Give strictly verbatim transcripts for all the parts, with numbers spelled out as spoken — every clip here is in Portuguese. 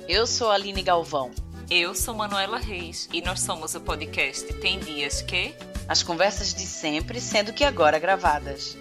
Eu sou a Aline Galvão. Eu sou Manuela Reis e nós somos o podcast Tem Dias Que... As conversas de sempre, sendo que agora gravadas.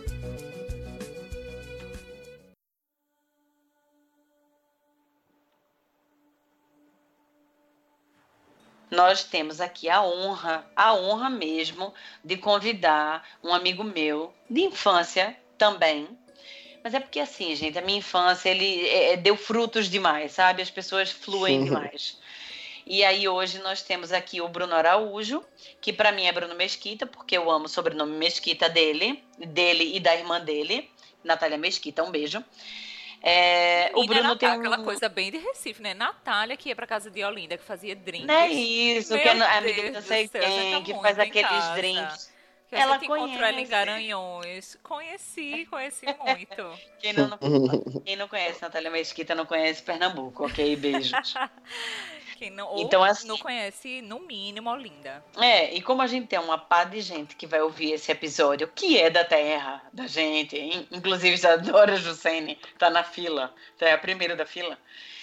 Nós temos aqui a honra, a honra mesmo, de convidar um amigo meu, de infância também. Mas é porque assim, gente, a minha infância, ele é, deu frutos demais, sabe? As pessoas fluem demais. E aí hoje nós temos aqui o Bruno Araújo, que para mim é Bruno Mesquita, porque eu amo o sobrenome Mesquita dele, dele e da irmã dele, Natália Mesquita, um beijo. É, o Bruno Natália, tem um... aquela coisa bem de Recife, né? Natália que ia pra casa de Olinda, que fazia drinks. Não é isso, Meu que é a amiga Deus que eu do sei céu, quem, que faz em aqueles casa. drinks. Que a Ela gente encontrou ela em conhece. Garanhões. Conheci, conheci muito. Quem não, quem não conhece Natália Mesquita não conhece Pernambuco, ok? Beijos. Quem não, ou Então, assim, não conhece, no mínimo, Olinda. É, e como a gente tem uma pá de gente que vai ouvir esse episódio, que é da terra da gente, inclusive a Dora Jussene tá na fila, tá, é a primeira da fila,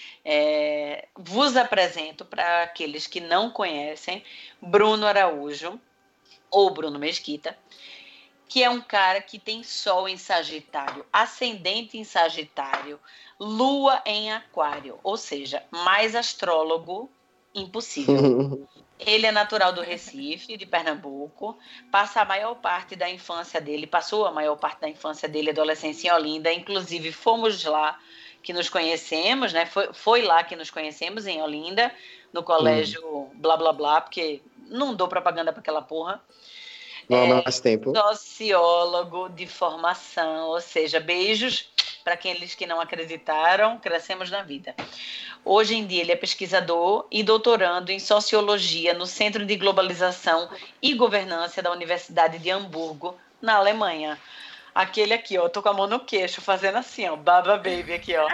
é, vos apresento para aqueles que não conhecem Bruno Araújo, ou Bruno Mesquita, que é um cara que tem Sol em Sagitário, Ascendente em Sagitário, Lua em Aquário, ou seja, mais astrólogo impossível. Ele é natural do Recife, de Pernambuco, passa a maior parte da infância dele, passou a maior parte da infância dele e adolescência em Olinda, inclusive fomos lá que nos conhecemos, né? Foi, foi lá que nos conhecemos, em Olinda, no colégio hum. blá blá blá, porque não dou propaganda para aquela porra. Não há é, mais tempo. Sociólogo de formação, ou seja, beijos para aqueles que não acreditaram, crescemos na vida. Hoje em dia ele é pesquisador e doutorando em Sociologia no Centro de Globalização e Governança da Universidade de Hamburgo, na Alemanha. Aquele aqui, ó, tô com a mão no queixo, fazendo assim, ó, Baba Baby aqui, ó.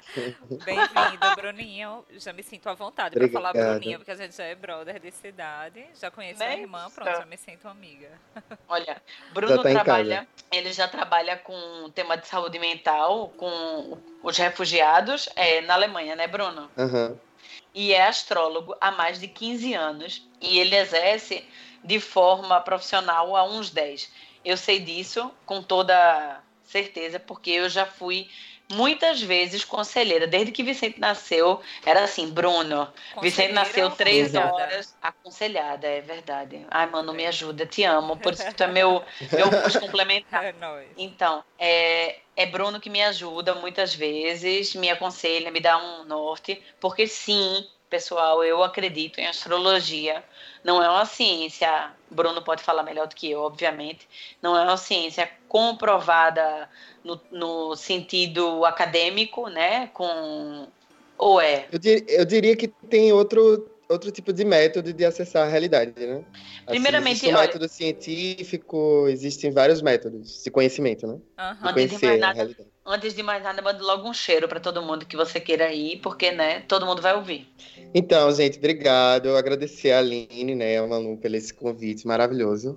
Bem-vindo, Bruninho. Já me sinto à vontade para falar Bruninho, porque a gente já é brother de cidade. Já conheço a irmã, pronto, já me sinto amiga. Olha, Bruno tá trabalha, ele já trabalha com tema de saúde mental, com os refugiados, é, na Alemanha, né, Bruno? Uhum. E é astrólogo há mais de quinze anos. E ele exerce de forma profissional há uns dez. Eu sei disso com toda certeza, porque eu já fui muitas vezes conselheira. Desde que Vicente nasceu, era assim, Bruno, Vicente nasceu três horas, aconselhada, é verdade. Ai, mano, me ajuda, te amo, por isso que tu é meu, meu curso complementar. É nóis. Então, é, é Bruno que me ajuda muitas vezes, me aconselha, me dá um norte, porque sim, pessoal, eu acredito em astrologia. Não é uma ciência, Bruno pode falar melhor do que eu, obviamente, não é uma ciência comprovada no, no sentido acadêmico, né? Com... Ou é? Eu, dir, eu diria que tem outro, outro tipo de método de acessar a realidade, né? Primeiramente, assim, existe um método olha... científico, existem vários métodos de conhecimento, né? Uhum. De conhecer antes de mais nada, a realidade. Antes de mais nada, mando logo um cheiro para todo mundo que você queira ir, porque, né, todo mundo vai ouvir. Então, gente, obrigado. Eu agradecer a Aline, né, a Manu, pelo esse convite maravilhoso.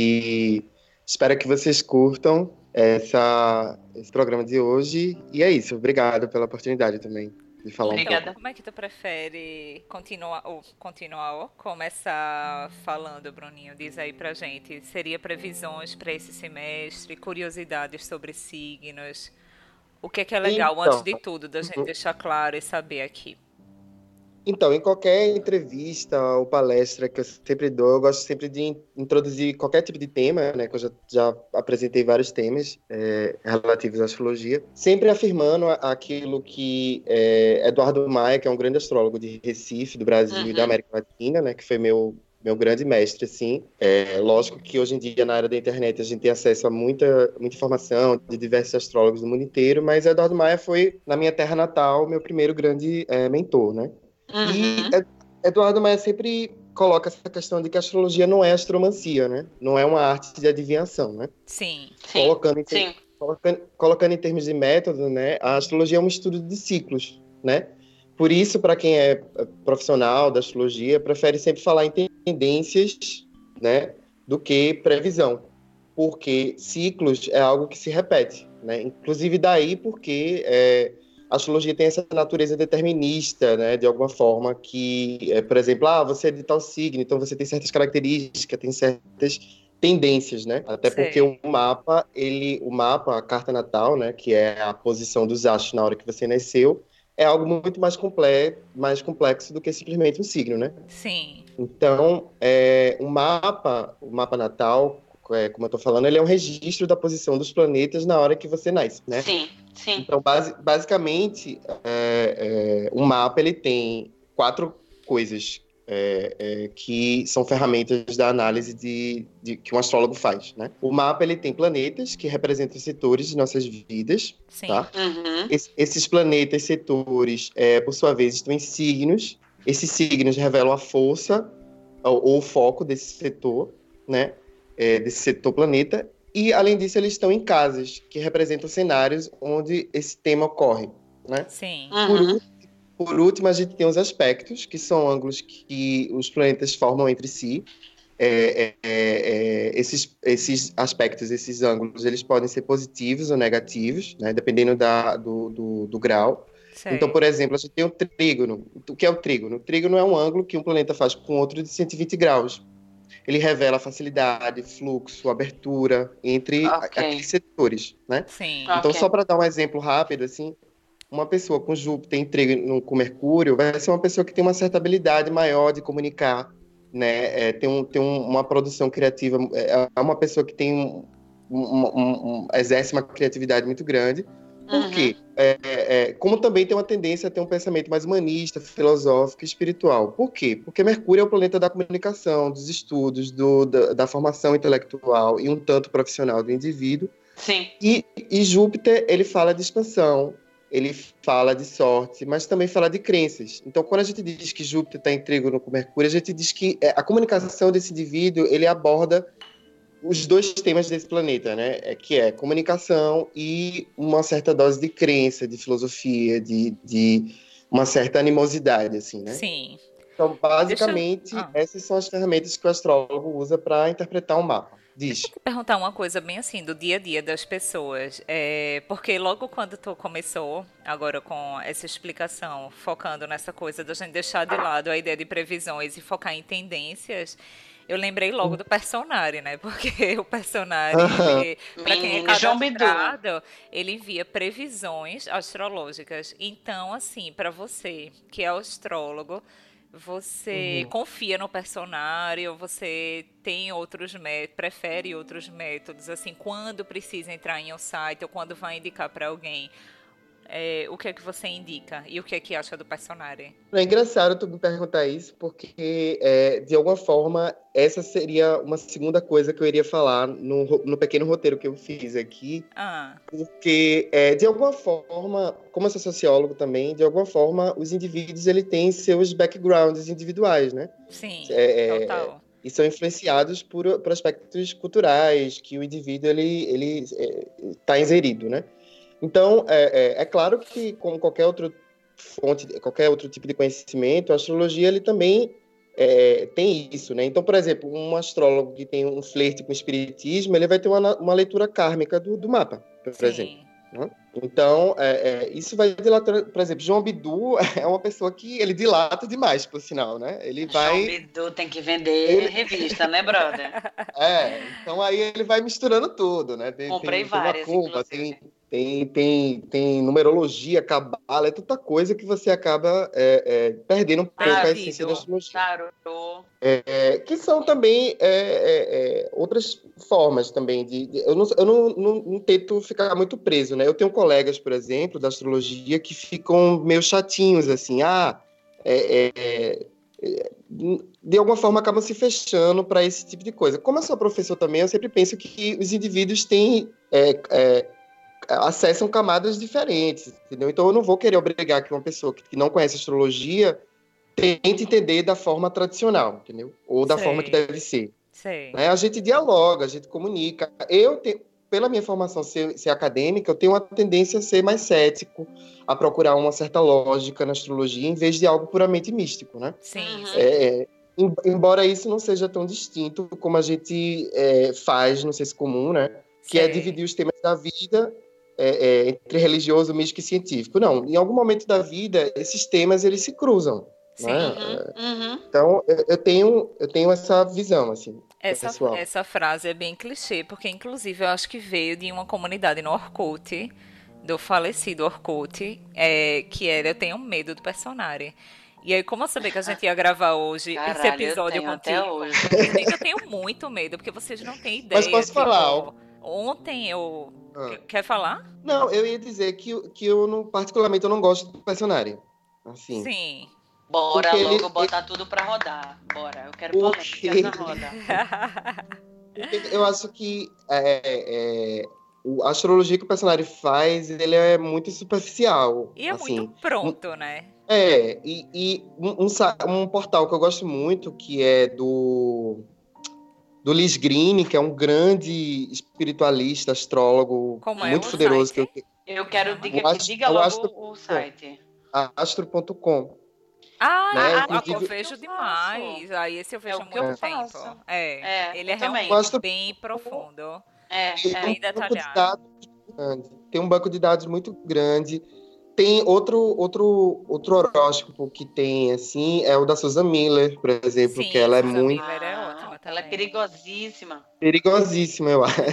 E espero que vocês curtam essa, esse programa de hoje. E é isso. Obrigado pela oportunidade também de falar então, um pouco. Como é que tu prefere continuar ou continuar ou começar falando, Bruninho? Diz aí pra gente. Seria previsões para esse semestre, curiosidades sobre signos? O que é que é legal, então, antes de tudo, da gente deixar claro e saber aqui? Então, em qualquer entrevista ou palestra que eu sempre dou, eu gosto sempre de introduzir qualquer tipo de tema, né, que eu já, já apresentei vários temas é, relativos à astrologia, sempre afirmando aquilo que é, Eduardo Maia, que é um grande astrólogo de Recife, do Brasil uhum. e da América Latina, né, que foi meu, meu grande mestre, assim. É, lógico que hoje em dia, na área da internet, a gente tem acesso a muita, muita informação de diversos astrólogos do mundo inteiro, mas Eduardo Maia foi, na minha terra natal, meu primeiro grande é, mentor, né? Uhum. E Eduardo Maia sempre coloca essa questão de que a astrologia não é astromancia, né? Não é uma arte de adivinhação, né? Sim, colocando, em sim. ter... colocando, colocando em termos de método, né? A astrologia é um estudo de ciclos, né? Por isso, para quem é profissional da astrologia, prefere sempre falar em tendências, né? Do que previsão. Porque ciclos é algo que se repete, né? Inclusive daí porque... É, a astrologia tem essa natureza determinista, né, de alguma forma, que, é, por exemplo, ah, você é de tal signo, então você tem certas características, tem certas tendências, né? Até porque Sei. o mapa, ele, o mapa, a carta natal, né, que é a posição dos astros na hora que você nasceu, é algo muito mais complexo, mais complexo do que simplesmente um signo, né? Sim. Então, é, o mapa, o mapa natal, é, como eu estou falando, ele é um registro da posição dos planetas na hora que você nasce, né? Sim, sim. Então, basi- basicamente, é, é, o mapa ele tem quatro coisas é, é, que são ferramentas da análise de, de- que um astrólogo faz, né? O mapa ele tem planetas que representam setores de nossas vidas, Sim. tá? Uhum. Es- esses planetas, setores, é, por sua vez, estão em signos. Esses signos revelam a força ou, ou o foco desse setor, né? É, desse setor planeta. E, além disso, eles estão em casas, que representam cenários onde esse tema ocorre, né? Sim. Por, Uhum. ú- por último, a gente tem os aspectos, que são ângulos que os planetas formam entre si. É, é, é, é, esses, esses aspectos, esses ângulos, eles podem ser positivos ou negativos, né, dependendo da, do, do, do grau. Então, Sei. por exemplo, a gente tem o trígono. O que é o trígono? O trígono é um ângulo que um planeta faz com outro de cento e vinte graus. Ele revela facilidade, fluxo, abertura entre a- Ok. aqueles setores, né? Sim. Então, Ok. só para dar um exemplo rápido, assim, uma pessoa com Júpiter em trígono com Mercúrio vai ser uma pessoa que tem uma certa habilidade maior de comunicar, né? É, tem um, tem um, uma produção criativa, é é uma pessoa que tem um, um, um- um- exerce uma criatividade muito grande. Por Uhum. quê? É, é, é, como também tem uma tendência a ter um pensamento mais humanista, filosófico e espiritual. Por quê? Porque Mercúrio é o planeta da comunicação, dos estudos, do, da, da formação intelectual e um tanto profissional do indivíduo. Sim. E, e Júpiter, ele fala de expansão, ele fala de sorte, mas também fala de crenças. Então, quando a gente diz que Júpiter está em trígono com Mercúrio, a gente diz que é, a comunicação desse indivíduo, ele aborda os dois temas desse planeta, né? É, que é comunicação e uma certa dose de crença, de filosofia, de, de uma certa animosidade, assim, né? Sim. Então, Deixa eu. basicamente, Ah. essas são as ferramentas que o astrólogo usa para interpretar um mapa. Deixa eu Diz. te perguntar uma coisa bem assim do dia a dia das pessoas, é, porque logo quando tu começou agora com essa explicação, focando nessa coisa da gente deixar de lado a ideia de previsões e focar em tendências, eu lembrei logo do personagem, né? Porque o personagem, ele, para quem é Menino João Bidu. cadastrado, ele envia previsões astrológicas. Então, assim, para você que é astrólogo, você Uhum. confia no personagem ou você tem outros métodos, prefere outros métodos, assim, quando precisa entrar em um site ou quando vai indicar para alguém, é, o que é que você indica e o que é que acha do personagem? É engraçado tu me perguntar isso, porque, é, de alguma forma, essa seria uma segunda coisa que eu iria falar no, ro- no pequeno roteiro que eu fiz aqui, Ah, porque, é, de alguma forma, como eu sou sociólogo também, de alguma forma, os indivíduos ele têm seus backgrounds individuais, né? sim, É, é, total. e são influenciados por, por aspectos culturais que o indivíduo ele ele está inserido, né? Então, é, é, é claro que, como qualquer outro fonte, qualquer outro tipo de conhecimento, a astrologia ele também é, tem isso, né? Então, por exemplo, um astrólogo que tem um flerte com o espiritismo, ele vai ter uma, uma leitura kármica do, do mapa, por exemplo, Sim, né? Então, é, é, isso vai dilatar, por exemplo, João Bidu é uma pessoa que ele dilata demais, por sinal, né? Ele João vai, Bidu tem que vender ele, revista, né, brother? é, então aí ele vai misturando tudo, né? Tem, Comprei tem, tem várias, macumba, tem, inclusive. tem, tem, tem numerologia, cabala, é tanta coisa que você acaba é, é, perdendo um pouco a essência da perdido. astrologia. Tarô. É, que são também é, é, é, outras formas também de, de- eu, não, eu não, não, não tento ficar muito preso, né? Eu tenho colegas, por exemplo, da astrologia que ficam meio chatinhos assim, ah, é, é, é, de alguma forma acabam se fechando para esse tipo de coisa. Como eu sou professor também, eu sempre penso que os indivíduos têm é, é, acessam camadas diferentes, entendeu? Então eu não vou querer obrigar que uma pessoa que não conhece astrologia tente entender da forma tradicional, entendeu? Ou da forma que Sei, deve ser. sei. Né? A gente dialoga, a gente comunica. Eu tenho, pela minha formação ser, ser acadêmica, eu tenho uma tendência a ser mais cético, a procurar uma certa lógica na astrologia, em vez de algo puramente místico, né? Sim, Uhum. sim. É, em- embora isso não seja tão distinto como a gente é, faz no senso comum, né? Que é Sei. dividir os temas da vida é, é, entre religioso, místico e científico. Não, em algum momento da vida, esses temas eles se cruzam. Sim. Né? Uhum, uhum. Então, eu, eu, tenho, eu tenho essa visão, assim, Essa, pessoal. essa frase é bem clichê, porque inclusive eu acho que veio de uma comunidade no Orkut, do falecido Orkut, é, que era Eu Tenho Medo do Personagem. E aí, como eu sabia que a gente ia gravar hoje esse Caralho, eu episódio tenho até contigo, hoje. gente, eu tenho muito medo, porque vocês não têm Mas ideia. posso Tipo, falar? ontem eu. Ah. Quer falar? Não, eu ia dizer que, que eu, não, particularmente, eu não gosto do personagem. Assim. Sim. Bora Porque logo ele- botar tudo pra rodar. Bora, eu quero Porque- polêmicas na roda. Porque eu acho que é, é, o- a astrologia que o personagem faz, ele é muito superficial. E é muito Assim. pronto, né? É, e, e um, um sa- um portal que eu gosto muito, que é do, do Liz Green, que é um grande espiritualista, astrólogo, Como é muito o poderoso. Que eu, site? Eu quero Chama? diga, Eu acho- diga eu logo acho- o site. astro ponto com. Ah, Né? eu, Inclusive- eu é o vejo que eu demais. Aí esse eu vejo É há o que eu muito tempo. faço. É, É, ele é eu também. realmente Gosto- bem profundo. É, Tem é. Bem um banco de detalhado. dados muito grande. Tem um banco de dados muito grande. Tem outro, outro, outro horóscopo que tem, assim, é o da Susan Miller, por exemplo, Sim, que ela é Susan muito Miller é Ah, ótima ela é também. perigosíssima. perigosíssima, eu acho.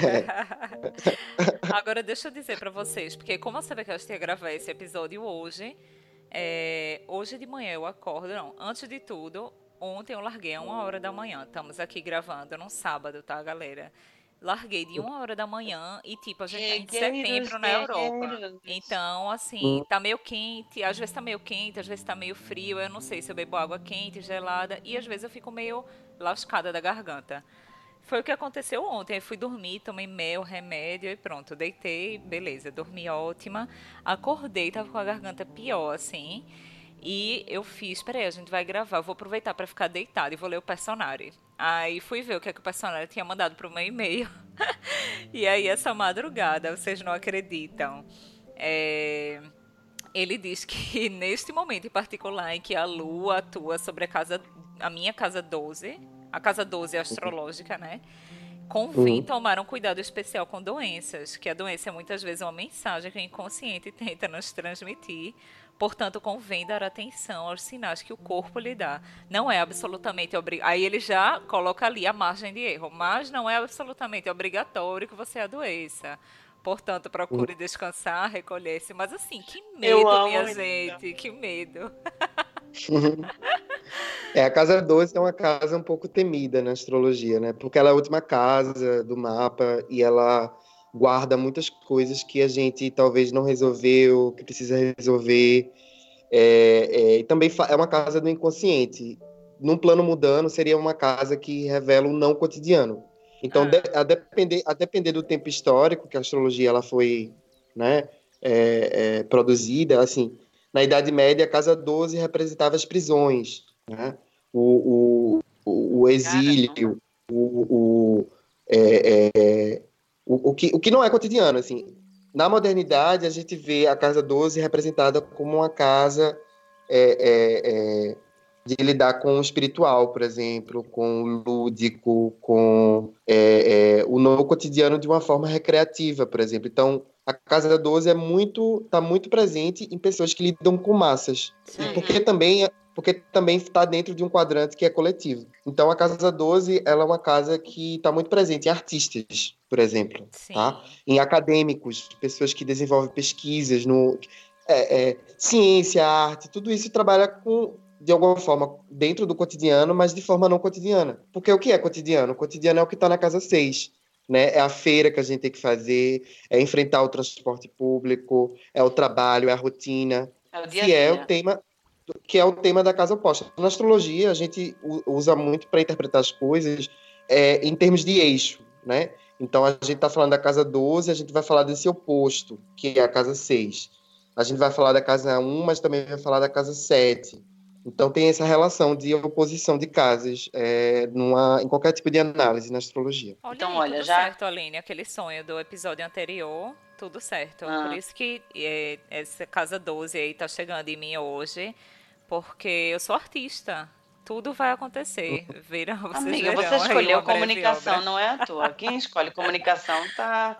Agora deixa eu dizer pra vocês, porque como eu sabia que eu ia gravar esse episódio hoje, é, hoje de manhã eu acordo, não, antes de tudo, ontem eu larguei a uma hora da manhã. Estamos aqui gravando num sábado, tá, galera? Larguei de uma hora da manhã e, tipo, a gente tá em Guerreiros, setembro na Europa. guerreiros. Então, assim, tá meio quente, às vezes tá meio quente, às vezes tá meio frio. Eu não sei se eu bebo água quente, gelada, e às vezes eu fico meio lascada da garganta. Foi o que aconteceu ontem. Eu fui dormir, tomei mel, remédio e pronto. Deitei, beleza, dormi ótima. Acordei, tava com a garganta pior, assim. E eu fiz, peraí, a gente vai gravar. Eu vou aproveitar pra ficar deitada e vou ler o personagem. Aí fui ver o que, é que o personagem tinha mandado pro meu e-mail. E aí, essa madrugada, vocês não acreditam. É, Ele diz que neste momento em particular em que a Lua atua sobre a casa, a minha casa doze, a casa doze astrológica, né? Convém Uhum. tomar um cuidado especial com doenças, que a doença é muitas vezes uma mensagem que o inconsciente tenta nos transmitir. Portanto, convém dar atenção aos sinais que o corpo lhe dá. Não é absolutamente obrigatório. Aí ele já coloca ali a margem de erro, mas não é absolutamente obrigatório que você adoeça. Portanto, procure descansar, recolher-se. Mas assim, que Eu medo, amo minha isso. gente, que medo. É, a casa doze é uma casa um pouco temida na astrologia, né? Porque ela é a última casa do mapa e ela guarda muitas coisas que a gente talvez não resolveu, que precisa resolver. É, é, e também fa- é uma casa do inconsciente. Num plano mudando, seria uma casa que revela o não cotidiano. Então, Ah. de- a, depender, a depender do tempo histórico que a astrologia ela foi, né, é, é, produzida, assim, na Idade Média, a casa doze representava as prisões, né? O, o, o, o exílio, o, o, é, é, o, o, que, o que não é cotidiano, assim. Na modernidade, a gente vê a casa doze representada como uma casa é, é, é, de lidar com o espiritual, por exemplo, com o lúdico, com é, é, o no cotidiano de uma forma recreativa, por exemplo. Então, a casa doze é muito, está muito presente em pessoas que lidam com massas, Sim. porque também porque também está dentro de um quadrante que é coletivo. Então, a casa doze ela é uma casa que está muito presente em artistas, por exemplo, Sim. tá? Em acadêmicos, pessoas que desenvolvem pesquisas no é, é, ciência, arte, tudo isso trabalha com, de alguma forma, dentro do cotidiano, mas de forma não cotidiana. Porque o que é cotidiano? O cotidiano é o que está na casa seis, né? É a feira que a gente tem que fazer, é enfrentar o transporte público, é o trabalho, é a rotina, É o dia a que é dia. o tema que é o tema da casa oposta. Na astrologia, a gente usa muito para interpretar as coisas é, em termos de eixo, né? Então, a gente está falando da casa doze, a gente vai falar desse oposto, que é a casa seis. A gente vai falar da casa um, mas também vai falar da casa sete. Então, tem essa relação de oposição de casas é, numa, em qualquer tipo de análise na astrologia. Olha Então, aí, olha, tudo já- certo, Aline. Aquele sonho do episódio anterior, tudo certo. Ah. Por isso que é, essa casa doze aí tá chegando em mim hoje, porque eu sou artista. Tudo vai acontecer. Verão, vocês Amiga, verão você aí escolheu uma breve comunicação, obra. não é à toa. Quem escolhe comunicação tá,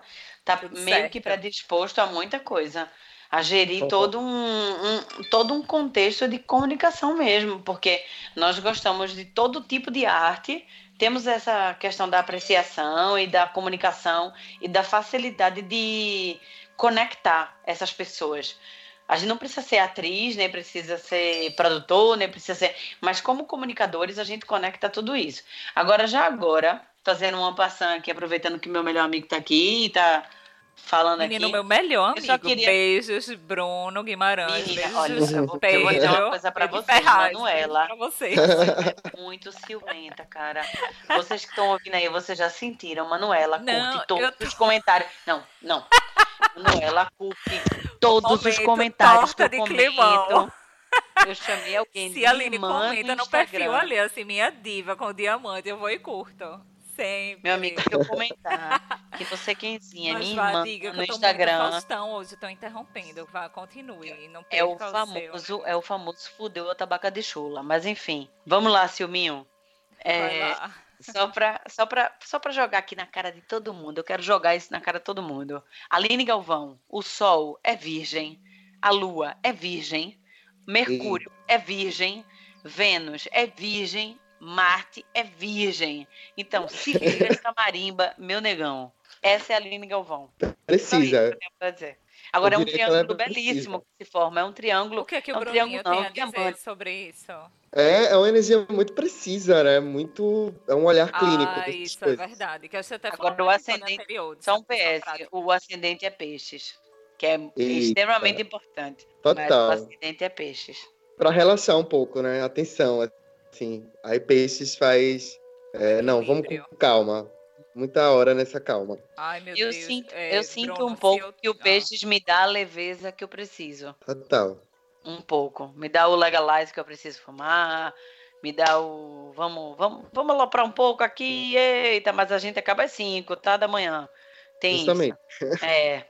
tá Tudo meio certo. que predisposto a muita coisa. A gerir todo um, um, todo um contexto de comunicação mesmo, porque nós gostamos de todo tipo de arte, temos essa questão da apreciação e da comunicação e da facilidade de conectar essas pessoas. A gente não precisa ser atriz, nem precisa ser produtor, nem precisa ser... Mas como comunicadores, a gente conecta tudo isso. Agora, já agora, fazendo uma passagem aqui, aproveitando que meu melhor amigo está aqui e está falando Menino, aqui, meu melhor eu só amigo. queria... Beijos, Bruno Guimarães. Menina, Beijos, olha, eu vou, eu vou dizer uma Pedro. coisa para Pedro vocês, Ferraz. Beijo Manuela. pra vocês. Manuela é muito ciumenta, cara. Vocês que estão ouvindo aí, vocês já sentiram. Manuela Não, curte todos eu tô... os comentários. Não, não. Manuela curte todos os Momento comentários que torta eu de comento. climão. Eu chamei alguém Se de a Aline irmã no comenta no Instagram. perfil ali, assim, minha diva com diamante, eu vou e curto. Sempre. Meu amigo, se eu comentar que não sei quemzinha é Mas minha vá, irmã diga que no eu tô Instagram, muito Faustão hoje, eu tô interrompendo. Vá, continue. Não é o perca o seu. famoso, é o famoso fudeu a tabaca de chula. Mas enfim, vamos lá, Silminho. Vai É, lá. só pra, só, pra, só pra jogar aqui na cara de todo mundo. Eu quero jogar isso na cara de todo mundo. Aline Galvão, o Sol é virgem, a Lua é virgem, Mercúrio é virgem, Vênus é virgem, Marte é virgem. Então, se vira essa marimba, meu negão. Essa é a Aline Galvão. Só isso Precisa. que eu tenho pra dizer. Agora Eu é um diria que ela é triângulo belíssimo precisa. que se forma. É um triângulo. O que é que É o um triângulo Bruninho não, tem é a um dizer diamante. sobre isso? É, é uma energia muito precisa, né? Muito. É um olhar clínico Ah, dessas isso é coisas. verdade. Que você até falou Agora, no o episódio ascendente, anterior. só um Dessa questão P S, prática. o ascendente é peixes, que é extremamente Eita, importante, mas o total. ascendente é peixes. Para relaxar um pouco, né? Atenção, assim. Aí peixes faz. É, não, vamos com Equilíbrio. calma. Muita hora nessa calma. Ai, meu Eu Deus. sinto, eu É, sinto Bruno, um se pouco eu... que o Ah. peixes me dá a leveza que eu preciso. Total. Um pouco. Me dá o legalize que eu preciso fumar, me dá o... Vamos, vamos, vamos aloprar um pouco aqui, eita, mas a gente acaba às cinco, tá, da manhã. Tem isso. Justamente. É,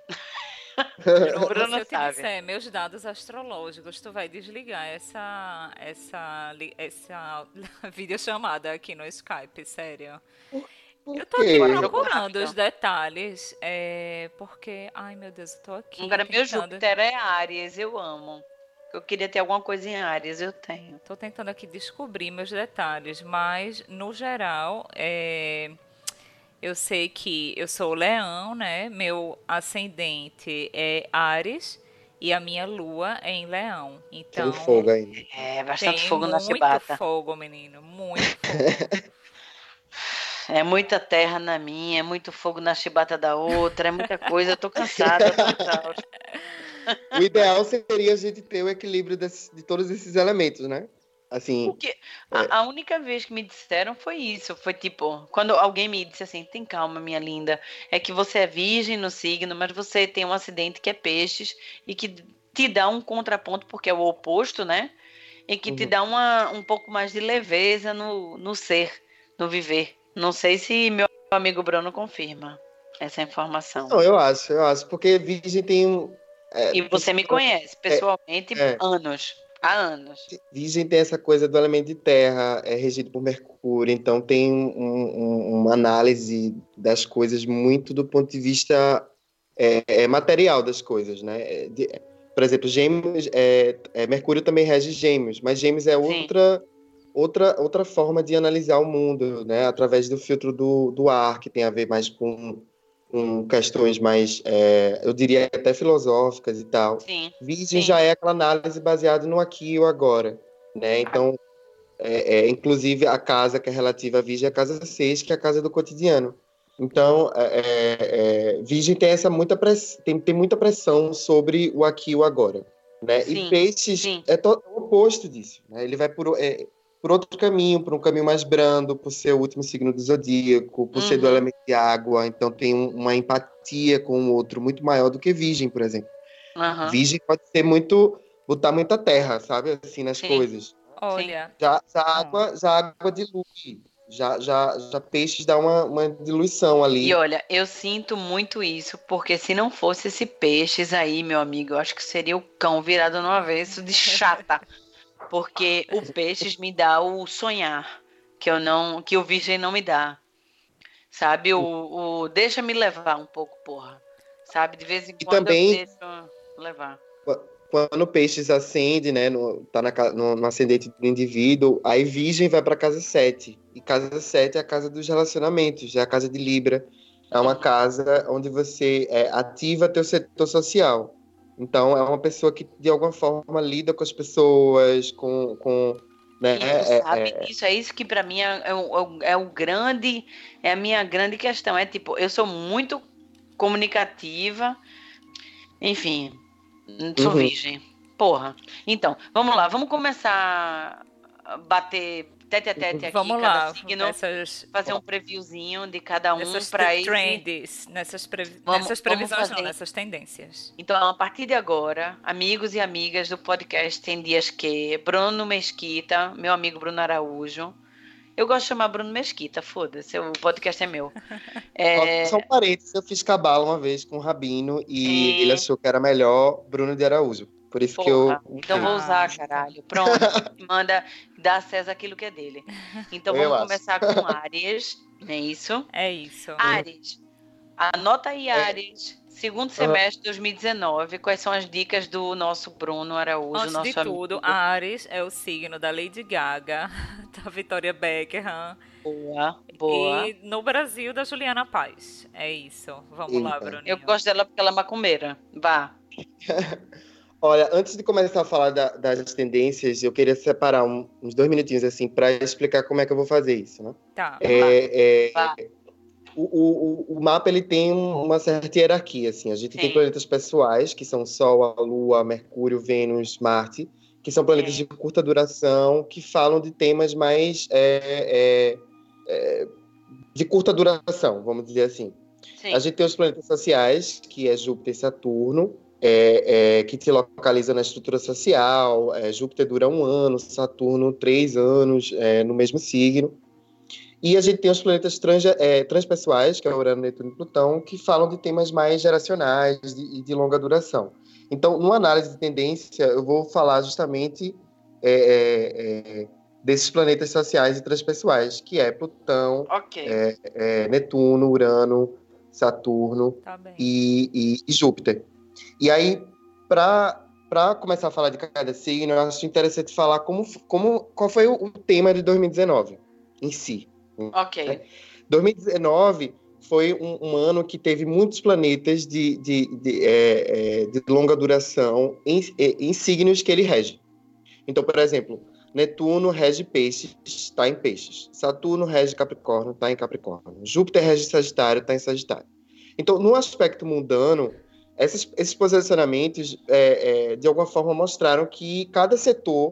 Bruno, Bruno se eu te sabe. disser meus dados astrológicos, tu vai desligar essa, essa, li- essa videochamada aqui no Skype, sério. Por Eu tô aqui Bora quê? jogo procurando os rápido. detalhes, é, porque, ai meu Deus, eu tô aqui Agora, meu tentando, Júpiter é Áries, eu amo. Eu queria ter alguma coisa em Áries, eu tenho. tô tentando aqui descobrir meus detalhes, mas no geral, é, eu sei que eu sou leão, né? Meu ascendente é Áries e a minha lua é em leão. Tem Então, fogo ainda. É, bastante tem fogo na muito chibata. fogo, menino, muito fogo. É muita terra na minha, é muito fogo na chibata da outra, é muita coisa, eu tô cansada, eu tô exausta. O ideal seria a gente ter o equilíbrio desses- de todos esses elementos, né? Assim, Porque a, a única vez que me disseram foi isso, foi tipo, quando alguém me disse assim, tem calma, minha linda, é que você é virgem no signo, mas você tem um acidente que é peixes e que te dá um contraponto, porque é o oposto, né? E que te uhum. dá uma, um pouco mais de leveza no, no ser, no viver. Não sei se meu amigo Bruno confirma essa informação. Não, eu acho, eu acho, porque Virgem tem um. é, E você me conhece pessoalmente é. há anos. Há anos. Virgem tem essa coisa do elemento de terra, é regido por Mercúrio, então tem um- um- uma análise das coisas muito do ponto de vista é, é, material das coisas, né? É, de- por exemplo, Gêmeos, é, é, Mercúrio também rege Gêmeos, mas Gêmeos é outra, outra, outra forma de analisar o mundo, né? Através do filtro do, do ar, que tem a ver mais com, com questões mais, é, eu diria até filosóficas e tal. Sim. Virgem Sim. já é aquela análise baseada no aqui e o agora, né? Então, é, é, inclusive a casa que é relativa a Virgem é a casa seis, que é a casa do cotidiano. Então, é, é, Virgem tem essa muita press... tem, tem muita pressão sobre o aqui e o agora, né? Sim, E Peixes sim. é to- o oposto disso, né? Ele vai por, é, por outro caminho, por um caminho mais brando, por ser o último signo do zodíaco, por ser do Uhum. elemento de água, então tem um- uma empatia com o outro muito maior do que Virgem, por exemplo. Aham. Virgem pode ser muito, botar muita terra, sabe, assim, nas Sim. coisas. Olha, Já, já a água, já a água dilui, já, já, já Peixes dá uma, uma diluição ali. E olha, eu sinto muito isso, porque se não fosse esse peixes aí, meu amigo, eu acho que seria o cão virado no avesso de chata. Porque o peixes me dá o sonhar, que eu não, que o virgem não me dá. Sabe? O, o deixa me levar um pouco, porra. sabe? De vez em E quando também, eu deixo levar. quando o peixes ascende, né, no, tá na, no, no ascendente do indivíduo, aí Virgem vai para casa sete. E casa sete é a casa dos relacionamentos, é a casa de Libra. É uma casa onde você é, ativa teu setor social. Então, é uma pessoa que, de alguma forma, lida com as pessoas, com... com né, E tu é, sabe é, disso, é isso que para mim é, é o, é o- é o grande, é a minha grande questão. É tipo, eu sou muito comunicativa, enfim, sou uhum, virgem. Porra. Então, vamos lá, vamos começar a bater tete a tete aqui, Vamos cada lá, signo, nessas, fazer um previewzinho de cada um nessas para esse. trends, nessas, previ- Vamos, nessas vamos previsões não, fazer. nessas tendências. Então, a partir de agora, amigos e amigas do podcast Tem Dias Que, Bruno Mesquita, meu amigo Bruno Araújo. Eu gosto de chamar Bruno Mesquita, foda-se, o podcast é meu. Ó, só um É, parênteses, eu fiz cabala uma vez com o Rabino e ele sim, achou que era melhor Bruno de Araújo. Por isso que eu porra. Então mudei. vou Ah, usar, tá. caralho. Pronto. Manda dar a César aquilo que é dele. Então Eu vamos acho. começar com Áries, não é isso? É isso. Uhum. Áries. Anota aí, É, Áries. Segundo uhum. semestre de dois mil e dezenove. Quais são as dicas do nosso Bruno Araújo, Antes de nosso tudo, amigo? Ares é o signo da Lady Gaga, da Victoria Beckham, Boa, boa. e no Brasil da Juliana Paz. É isso. Vamos lá, Eita. Eu Bruninho. gosto dela porque ela é macumbeira. Vá. Olha, antes de começar a falar da- das tendências, eu queria separar um- uns dois minutinhos assim para explicar como é que eu vou fazer isso, né? Tá. Vá, É, é, vá. o, o, o mapa ele tem um- uma certa hierarquia, assim. A gente tem Sim, planetas pessoais, que são Sol, a Lua, Mercúrio, Vênus, Marte, que são planetas de sim, curta duração, que falam de temas mais é, é, é, de curta duração, vamos dizer assim. A sim. gente tem os planetas sociais, que é Júpiter e Saturno, é, é, que te localiza na estrutura social. É, Júpiter dura um ano, Saturno três anos é, no mesmo signo. E a gente tem os planetas trans, é, transpessoais, que é Urano, Netuno e Plutão, que falam de temas mais geracionais e de, de longa duração. Então, numa análise de tendência, eu vou falar justamente é, é, é, desses planetas sociais e transpessoais, que é Plutão, Ok. é, é, Netuno, Urano, Saturno Tá bem. e, e, e Júpiter. E aí, para para começar a falar de cada signo, eu acho interessante falar como, como, qual foi o, o tema de dois mil e dezenove em si. Ok. dois mil e dezenove foi um, um ano que teve muitos planetas de, de, de, é, é, de longa duração em, em signos que ele rege. Então, por exemplo, Netuno rege peixes, está em peixes. Saturno rege Capricórnio, está em Capricórnio. Júpiter rege Sagitário, está em Sagitário. Então, no aspecto mundano, esses, esses posicionamentos, é, é, de alguma forma, mostraram que cada setor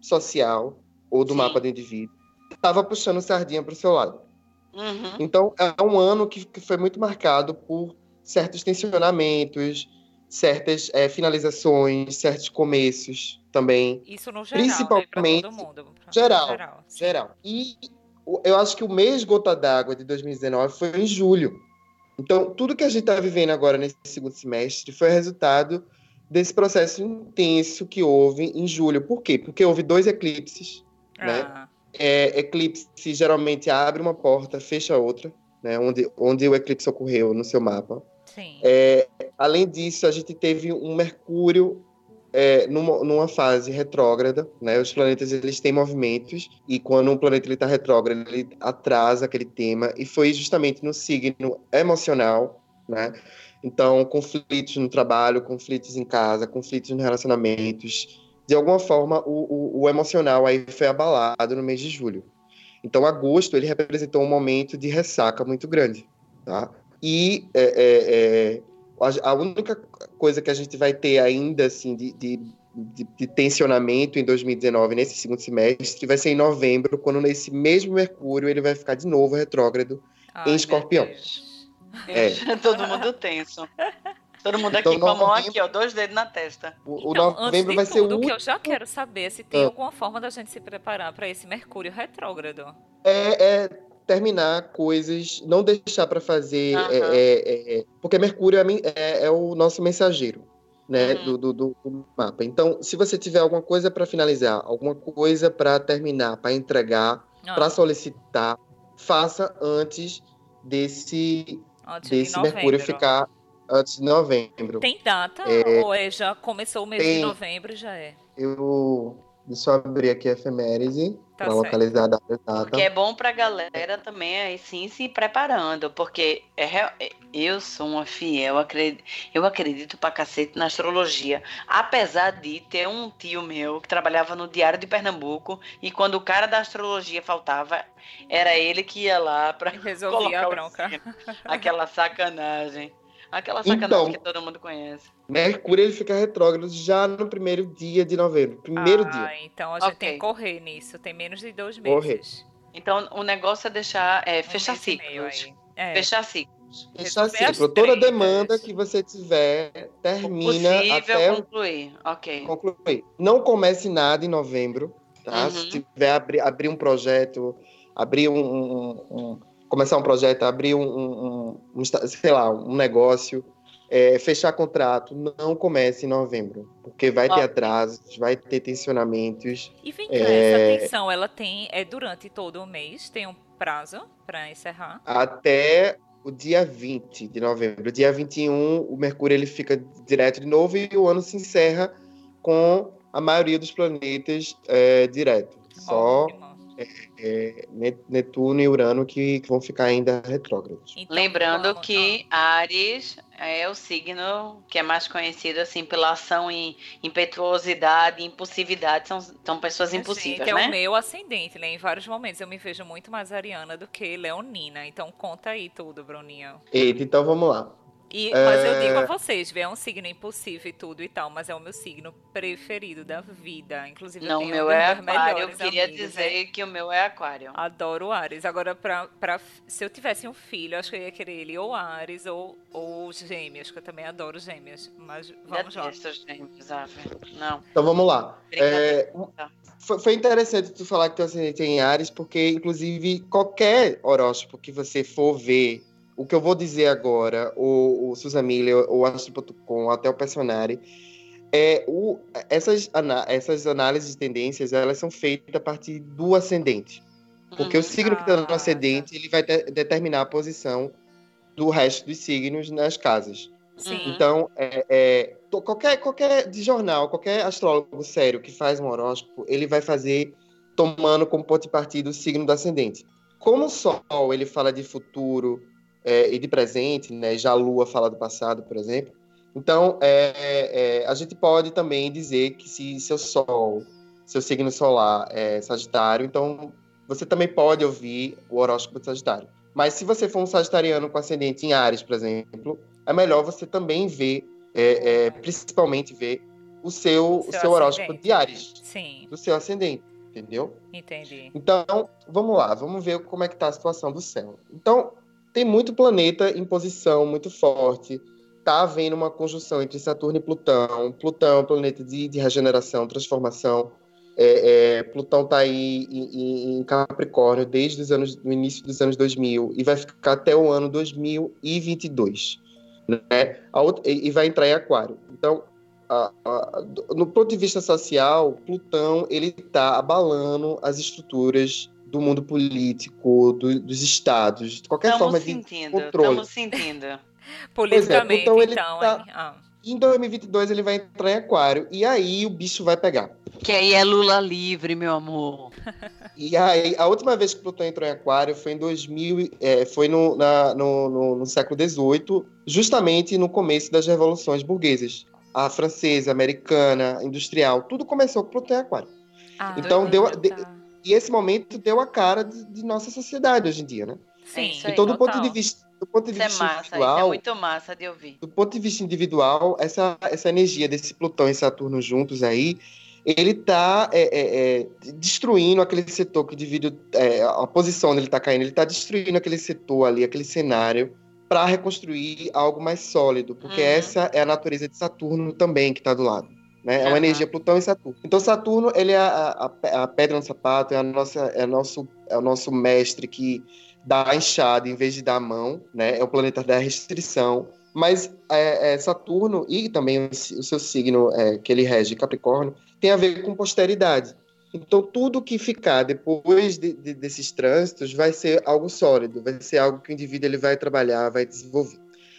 social ou do Sim. mapa do indivíduo estava puxando sardinha para o seu lado. Uhum. Então, é um ano que, que foi muito marcado por certos tensionamentos, certas é, finalizações, certos começos também. Isso no geral, né? Para Principalmente todo mundo. Pra- geral, geral, sim. geral. E o- eu acho que o mês gota d'água de dois mil e dezenove foi em julho. Então, tudo que a gente está vivendo agora nesse segundo semestre foi resultado desse processo intenso que houve em julho. Por quê? Porque houve dois eclipses, né? Ah, É, eclipse geralmente abre uma porta, fecha outra, né? Onde, onde o eclipse ocorreu no seu mapa. sim. É, além disso, a gente teve um Mercúrio é, numa, numa fase retrógrada, né? Os planetas eles têm movimentos e quando um planeta está retrógrado ele atrasa aquele tema e foi justamente no signo emocional, né? Então conflitos no trabalho, conflitos em casa, conflitos nos relacionamentos, de alguma forma o, o, o emocional aí foi abalado no mês de julho. Então agosto ele representou um momento de ressaca muito grande, tá? E é, é, é, a única coisa que a gente vai ter ainda assim de, de, de, de tensionamento em dois mil e dezenove, nesse segundo semestre, vai ser em novembro, quando nesse mesmo Mercúrio ele vai ficar de novo retrógrado em Ai, meu Escorpião. Deus. É. Todo mundo tenso. Todo mundo Então, aqui com a mão novembro, aqui, ó, dois dedos na testa. o, o Então, antes novembro de vai ser o tudo, o que último. eu já quero saber é se tem alguma forma da gente se preparar para esse Mercúrio retrógrado. É, é terminar coisas, não deixar para fazer, Aham. é, é, é, porque Mercúrio é, mi- é- é o nosso mensageiro, né, Uhum. do, do, do- do mapa. Então, se você tiver alguma coisa para finalizar, alguma coisa para terminar, para entregar, para Ah, solicitar, faça antes desse antes de desse Mercúrio novembro. ficar antes de novembro. Tem data É, ou é já começou o mês de tem, novembro e já é? eu, deixa eu abrir aqui a efeméride Tá para certo. localizar a data Porque exata. é bom pra galera também aí sim se preparando, porque é real- é- eu sou uma fiel, acredito, eu acredito pra cacete na astrologia. Apesar de ter um tio meu que trabalhava no Diário de Pernambuco e quando o cara da astrologia faltava, era ele que ia lá pra Resolvi a colocar o bronca. signo. Aquela sacanagem. Aquela sacanagem que Então, todo mundo conhece. Mercúrio ele fica retrógrado já no primeiro dia de novembro. Primeiro Ah, dia. então a gente tem que Ok. correr nisso. Tem menos de dois Corre. meses. Então o negócio é deixar, é, Um fechar mês e meio ciclos. aí. É, Fechar ciclos. Fechar resolver as ciclo. Toda demanda tretas. que você tiver O termina possível até concluir. Ok. concluir. Não comece nada em novembro, tá? Se Uhum. tiver abrir, abrir um projeto, abrir um, um- um- começar um projeto, abrir um, um- um- um esta- sei lá, um negócio, é, fechar contrato, não comece em novembro, porque vai ter Ok. atrasos, vai ter tensionamentos. E vem cá, essa é, tensão, ela tem, é durante todo o mês? Tem um prazo para encerrar? até o dia vinte de novembro. Dia vinte e um, o Mercúrio ele fica direto de novo e o ano se encerra com a maioria dos planetas é, direto. Só Ótimo. é, Netuno e Urano que, que vão ficar ainda retrógrados. Então Lembrando vamos. Ah, que Áries é o signo que é mais conhecido assim pela ação em impetuosidade, impulsividade, são, são pessoas minha gente, impulsivas, é o né? meu ascendente, né? Em vários momentos eu me vejo muito mais ariana do que leonina. Então conta aí tudo, Bruninho. Eita, então vamos lá. E, mas eu digo a É, vocês, vê, é um signo impossível e tudo e tal, mas é o meu signo preferido da vida. Inclusive, eu Não, o tenho um meu dos é meus aquário. Eu melhores queria amigos, é. dizer que o meu é aquário. Adoro Ares. Agora, pra, pra, se eu tivesse um filho, eu acho que eu ia querer ele ou Ares ou, ou Gêmeos, que eu também adoro Gêmeos. Mas vamos lá. Detesto os gêmeos, Ave. Não, então vamos lá. brincadeira. É, foi, foi interessante tu falar que teu ascendente é em Áries, porque inclusive qualquer horóscopo que você for ver, o que eu vou dizer agora, o, o Susamilha, o Astro ponto com, até o Personari, é, o, essas, ana- essas análises de tendências, elas são feitas a partir do ascendente. Porque o Uhum. signo que está no Ah, tá. ascendente, ele vai de- determinar a posição do resto dos signos nas casas. Sim. Uhum. Então, é, é, to- qualquer, qualquer de jornal, qualquer astrólogo sério que faz um horóscopo, ele vai fazer tomando como ponto de partida o signo do ascendente. Como o Sol, ele fala de futuro é, e de presente, né? Já a Lua fala do passado, por exemplo. Então, é, é, a gente pode também dizer que se seu Sol, seu signo solar é Sagitário, então você também pode ouvir o horóscopo de Sagitário. Mas se você for um sagitariano com ascendente em Áries, por exemplo, é melhor você também ver, é, é, principalmente ver o O seu, o seu seu horóscopo de ascendente, né? Áries, Sim, do seu ascendente, entendeu? entendi. Então, vamos lá, vamos ver como é que está a situação do céu. Então, tem muito planeta em posição muito forte. Está havendo uma conjunção entre Saturno e Plutão. Plutão é um planeta de, de regeneração, transformação. É, é, Plutão está aí em, em Capricórnio desde os anos, no início dos anos dois mil e vai ficar até o ano dois mil e vinte e dois, né? A outra, e, e vai entrar em Aquário. Então, a, a, no ponto de vista social, Plutão ele está abalando as estruturas do mundo político, do, dos estados, de qualquer Estamos forma de sentindo, controle. estamos sentindo. Pois é, Politicamente, Plutão ele então, hein? tá Ah, em dois mil e vinte e dois ele vai entrar em Aquário e aí o bicho vai pegar. Que aí é Lula livre, meu amor. E aí, a última vez que Plutão entrou em Aquário foi em dois mil, é, foi no, na, no, no, no século dezoito, justamente no começo das revoluções burguesas. A francesa, a americana, a industrial, tudo começou com Plutão em Aquário. Então, deu, ah, de, tá. e esse momento deu a cara de, de nossa sociedade hoje em dia, né? É Sim, isso aí. Então, do ponto de total. vista, do ponto de Isso é vista massa, isso é individual, muito massa de ouvir. do ponto de vista individual, essa, essa energia desse Plutão e Saturno juntos aí, ele está é, é, é, destruindo aquele setor que divide é, a posição onde ele está caindo, ele está destruindo aquele setor ali, aquele cenário, para reconstruir algo mais sólido, porque Uhum. essa é a natureza de Saturno também que está do lado. Né? É uma Aham. energia Plutão e Saturno. Então Saturno ele é a, a, a pedra no sapato, é, a nossa, é, nosso, é o nosso mestre que dá a enxada em vez de dar a mão, né? É o planeta da restrição. Mas é, é, Saturno e também o, o seu signo é, que ele rege, Capricórnio, tem a ver com posteridade. Então, tudo que ficar depois de, de, desses trânsitos vai ser algo sólido, vai ser algo que o indivíduo ele vai trabalhar, vai desenvolver.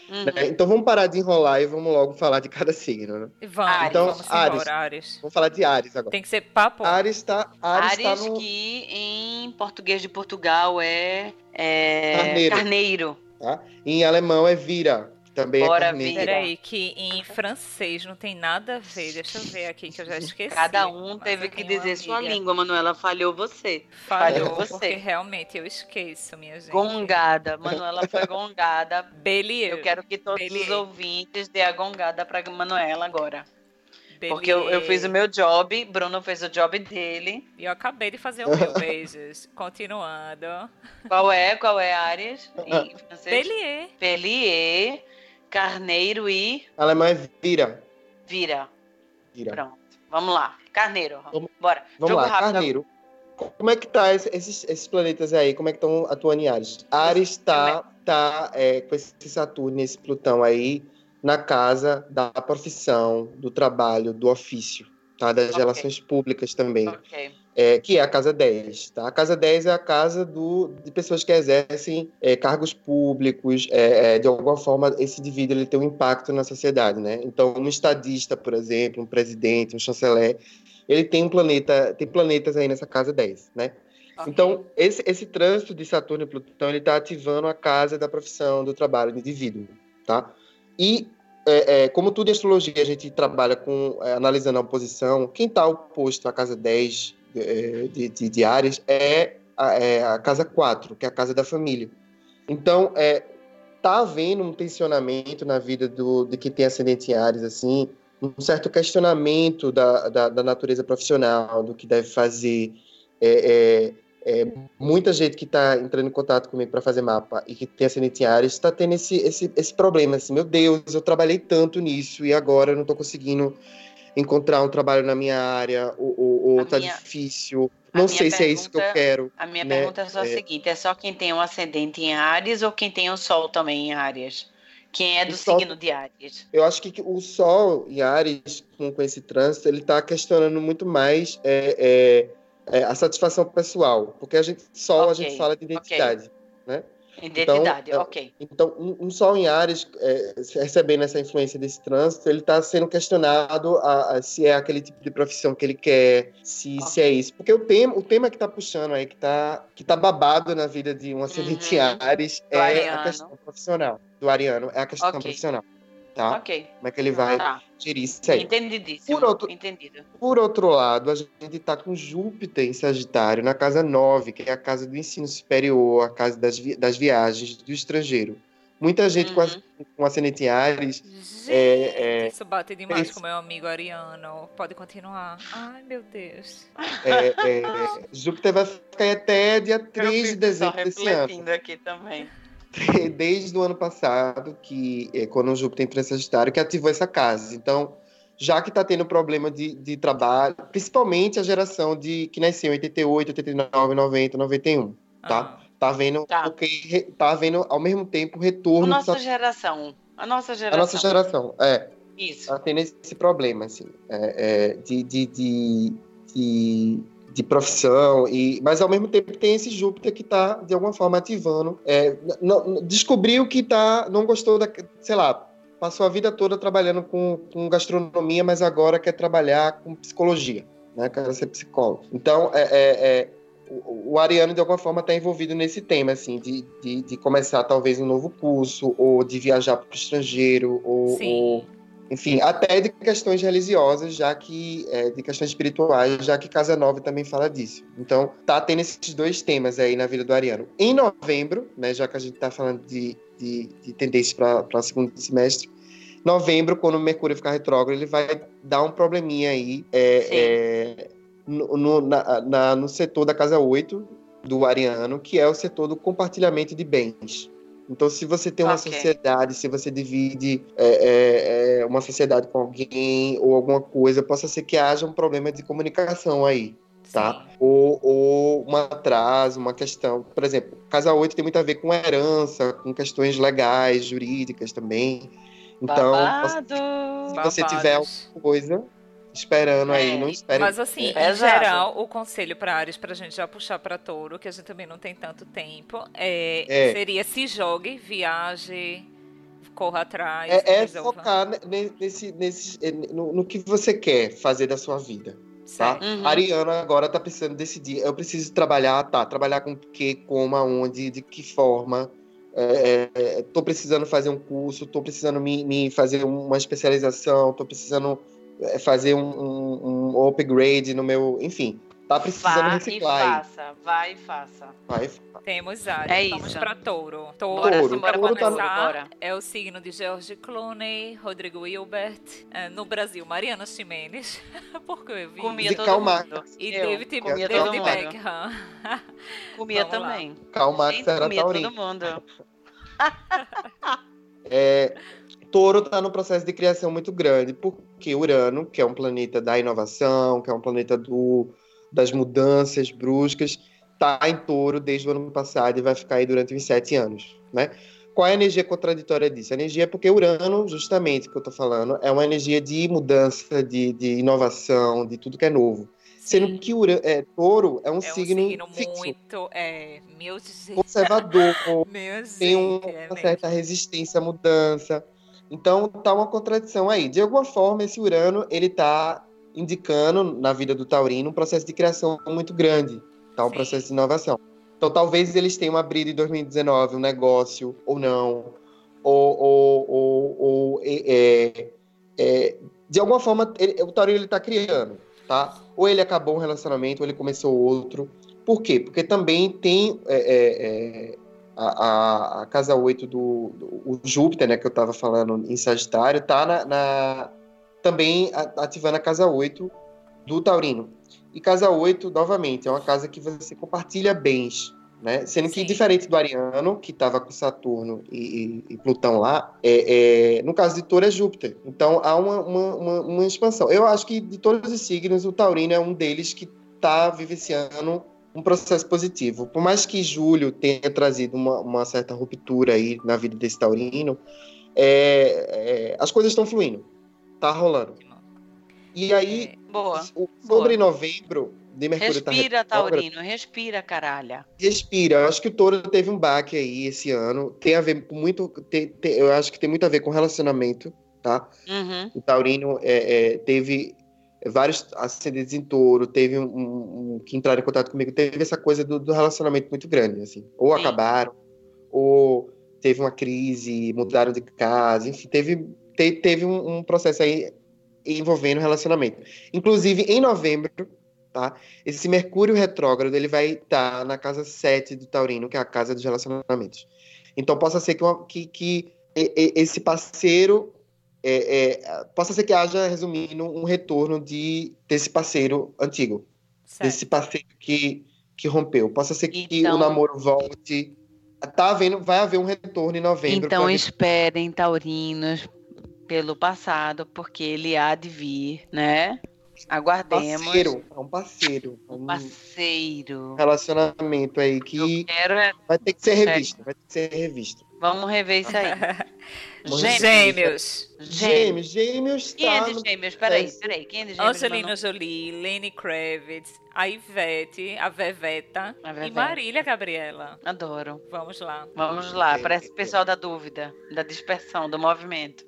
Uhum. Né? Então vamos parar de enrolar e vamos logo falar de cada signo, né? Vamos, Áries. Então, vamos Áries. embora, Ares. Vamos falar de Áries agora. Tem que ser papo. Áries tá, Áries tá Áries, no que em português de Portugal é, é Carneiro. carneiro. Tá? Em alemão é Vira, que também Bora, é carneiro. Vira. Peraí, que em francês não tem nada a ver. Deixa eu ver aqui que eu já esqueci. Cada um Mas teve eu que tenho uma dizer sua amiga. língua, Manuela. Falhou você. Falhou, Falhou porque você. realmente eu esqueço, minha gente. Gongada. Manuela foi gongada. Bélier. Eu quero que todos Bélier. os ouvintes dêem a gongada pra Manuela agora. Bélier. Porque eu, eu fiz o meu job, Bruno fez o job dele. E eu acabei de fazer o meu, beijos. Continuando. Qual é? Qual é, Ares? Em francês? Bélier. Bélier, carneiro e Alemão é Vira. vira. Vira. Pronto. Vamos lá. Carneiro. Vamos- Bora. Vamos Jogo lá, rápido. Carneiro. Como é que tá esse- esses, esses planetas aí? Como é que estão atuando em Ares? Ares tá, tá é, com esse Saturno, esse Plutão aí, na casa da profissão, do trabalho, do ofício, tá? Das Ok. relações públicas também. Ok. É, que é a casa dez, tá? A casa dez é a casa do, de pessoas que exercem é, cargos públicos, é, é, de alguma forma esse indivíduo ele tem um impacto na sociedade, né? Então, um estadista, por exemplo, um presidente, um chanceler, ele tem um planeta, tem planetas aí nessa casa dez, né? Ok. Então, esse, esse trânsito de Saturno e Plutão, ele está ativando a casa da profissão, do trabalho do indivíduo, tá? E, é, é, como tudo em astrologia, a gente trabalha com, é, analisando a oposição, quem está oposto à casa dez de, de, de, de Áries é a, é a casa quatro, que é a casa da família. Então, é, tá havendo um tensionamento na vida do, de quem tem ascendente em Áries, assim, um certo questionamento da, da, da natureza profissional, do que deve fazer. É, é, é, muita gente que está entrando em contato comigo para fazer mapa e que tem ascendente em Áries está tendo esse, esse, esse problema, assim, meu Deus, eu trabalhei tanto nisso e agora eu não estou conseguindo encontrar um trabalho na minha área, ou, ou, ou A tá minha- difícil, a não minha sei se é isso que eu pergunta- quero. A minha né? pergunta é só a É. seguinte: é só quem tem um ascendente em Áries ou quem tem o Sol também em Áries? Quem é do O Sol- signo de Áries? Eu acho que o Sol em Áries, com, com esse trânsito, ele está questionando muito mais é, é, é, a satisfação pessoal, porque a gente Sol a Ok, gente fala de identidade, né? Identidade, Então, ok. Então, um, um Sol em Áries, é, recebendo essa influência desse trânsito, ele está sendo questionado a, a, se é aquele tipo de profissão que ele quer, se, se é isso. Porque o tema, o tema que está puxando aí, que está que tá babado na vida de um ascendente em Uhum. Áries, Do é ariano. a questão profissional. Do ariano, é a questão Ok. profissional. Tá? Ok. Como é que ele vai Tá. gerir isso aí? Entendidíssimo. Por outro- Entendido. Por outro lado, a gente está com Júpiter em Sagitário, na casa nove, que é a casa do ensino superior, a casa das, vi das viagens, do estrangeiro. Muita gente com, Uhum. as, com ascendente em Áries. Gente, É, é, isso bate demais esse- com meu amigo Ariano. Pode continuar. Ai, meu Deus. é, é, Júpiter vai ficar até dia três de dezembro desse ano. refletindo aqui também. Desde o ano passado, que é quando o Júpiter entrou em Sagitário, que ativou essa casa. Então, já que está tendo problema de, de trabalho, principalmente a geração de que nasceu em oitenta e oito, oitenta e nove, noventa, noventa e um, tá? Ah, Tá vendo, Tá. porque re- tá vendo ao mesmo tempo o A retorno de nossa Saturno. geração. A nossa A geração. nossa geração, é, Isso. tá tendo esse problema, assim, é, é, de, de, de, de, de profissão, e, mas ao mesmo tempo tem esse Júpiter que tá, de alguma forma, ativando. É, n- n- descobriu que tá, não gostou da, sei lá, passou a vida toda trabalhando com, com gastronomia, mas agora quer trabalhar com psicologia, né? Quer ser psicólogo. Então, é, é, é, o, o ariano, de alguma forma, está envolvido nesse tema, assim, de, de, de começar talvez um novo curso, ou de viajar para o estrangeiro, ou, sim. ou enfim, até de questões religiosas, já que é, de questões espirituais, já que Casa Nova também fala disso. Então, tá tendo esses dois temas aí na vida do ariano. Em novembro, né, já que a gente tá falando de, de, de tendências para o segundo semestre, novembro, quando o Mercúrio ficar retrógrado, ele vai dar um probleminha aí é, Sim. é, no, no, na, na, no setor da casa oito do ariano, que é o setor do compartilhamento de bens. Então, se você tem uma Ok. sociedade, se você divide é, é, é, uma sociedade com alguém ou alguma coisa, possa ser que haja um problema de comunicação aí, tá? Sim. Ou, ou um atraso, uma questão. Por exemplo, casa oito tem muito a ver com herança, com questões legais, jurídicas também. Então, Babado. se você tiver Babados. alguma coisa esperando aí, É. não espere. Mas assim, É em pesado. geral, o conselho para Ares, pra gente já puxar para Touro, que a gente também não tem tanto tempo, é, É. seria se jogue, viaje, corra atrás, É, é resolva. focar ne- nesse, nesse, no, no que você quer fazer da sua vida. Tá? Certo. Uhum. A Ariana agora tá precisando decidir. Eu preciso trabalhar, tá? Trabalhar com o que, como, aonde, de que forma. É, é, tô precisando fazer um curso, tô precisando me, me fazer uma especialização, tô precisando é, fazer um, um, um upgrade no meu. Enfim, tá precisando Vá e reciclar aí. faça, vá e faça. Vai. Temos Ares. É Vamos isso. para Touro. Touro, Bora, Touro, simbora para Touro pra tá Touro, começar, bora. é o signo de George Clooney, Rodrigo Hilbert, eh, no Brasil, Mariana Ximenes, porque eu vi. Comia De todo Karl mundo. Marx. E Eu David, comia Karl todo David mundo. Marx. Beckham. Comia Vamos lá. também. Karl Marx Gente, era comia todo taurino. mundo. É, Touro está num processo de criação muito grande, porque Urano, que é um planeta da inovação, que é um planeta do, das mudanças bruscas, está em Touro desde o ano passado e vai ficar aí durante uns sete anos, né? Qual é a energia contraditória disso? A energia é porque Urano, justamente, que eu estou falando, é uma energia de mudança, de, de inovação, de tudo que é novo. Sendo Sim, que Ura, é, Touro é um é um signo signo fixo, muito. É, meu gente. conservador, Meu tem um- gente, é uma certa mesmo. resistência à mudança. Então tá uma contradição aí. De alguma forma, esse Urano ele tá indicando na vida do taurino um processo de criação muito grande, tá? Um Sim. processo de inovação. Então talvez eles tenham abrido em dois mil e dezenove um negócio ou não, ou, ou, ou, ou é, é, de alguma forma ele- o taurino ele tá criando, tá? Ou ele acabou um relacionamento, ou ele começou outro. Por quê? Porque também tem é, é, é, a, a, a casa oito do, do o Júpiter, né, que eu estava falando em Sagitário, tá na, na- também ativando a casa oito do Taurino. E casa oito, novamente, é uma casa que você compartilha bens, né? Sendo que, Sim. diferente do Ariano, que estava com Saturno e, e- e Plutão lá, é, é, no caso de Touro é Júpiter. Então, há uma, uma, uma, uma expansão. Eu acho que, de todos os signos, o Taurino é um deles que está vivenciando um processo positivo. Por mais que Júlio tenha trazido uma, uma certa ruptura aí na vida desse taurino, é, é, as coisas estão fluindo, tá rolando. E aí, É, Boa. o- sobre Boa. novembro, de Mercúrio tá Respira, retrógrado, Taurino. Respira, caralho. respira. Eu acho que o Touro teve um baque aí esse ano. Tem a ver com muito. Tem, tem- eu acho que tem muito a ver com relacionamento, tá? Uhum. O Taurino é, é, teve vários ascendentes em Touro, teve um, um- um que entraram em contato comigo, teve essa coisa do, do relacionamento muito grande, assim. Ou Sim. acabaram, ou teve uma crise, mudaram de casa, enfim, teve, te- teve um, um processo aí envolvendo relacionamento. Inclusive, em novembro, tá? Esse Mercúrio retrógrado, ele vai estar na casa sete do Taurino, que é a casa dos relacionamentos. Então, possa ser que, uma- que- que e- e- esse parceiro é, é, possa ser que haja, resumindo, um retorno de, desse parceiro antigo, desse certo. parceiro que, que rompeu. Possa ser que o Então, namoro volte. Tá havendo, vai haver um retorno em novembro. então pra ver- esperem, taurinos, pelo passado, porque ele há de vir, né? Aguardemos. Parceiro, é um parceiro, é O um parceiro. relacionamento aí Eu que quero é... vai ter que ser revisto, vai ter que ser revisto. Vamos rever isso aí. Vamos Gêmeos. Gêmeos. Gêmeos, gêmeos Quem é tá de no gêmeos? Peraí, processo. peraí. Quem é de gêmeos? Angelina Manu? Jolie, Lenny Kravitz, a Ivete, a Veveta A e Veveta. Marília Gabriela. Adoro. Vamos lá. Vamos lá, É, parece o é. pessoal da dúvida, da dispersão, do movimento.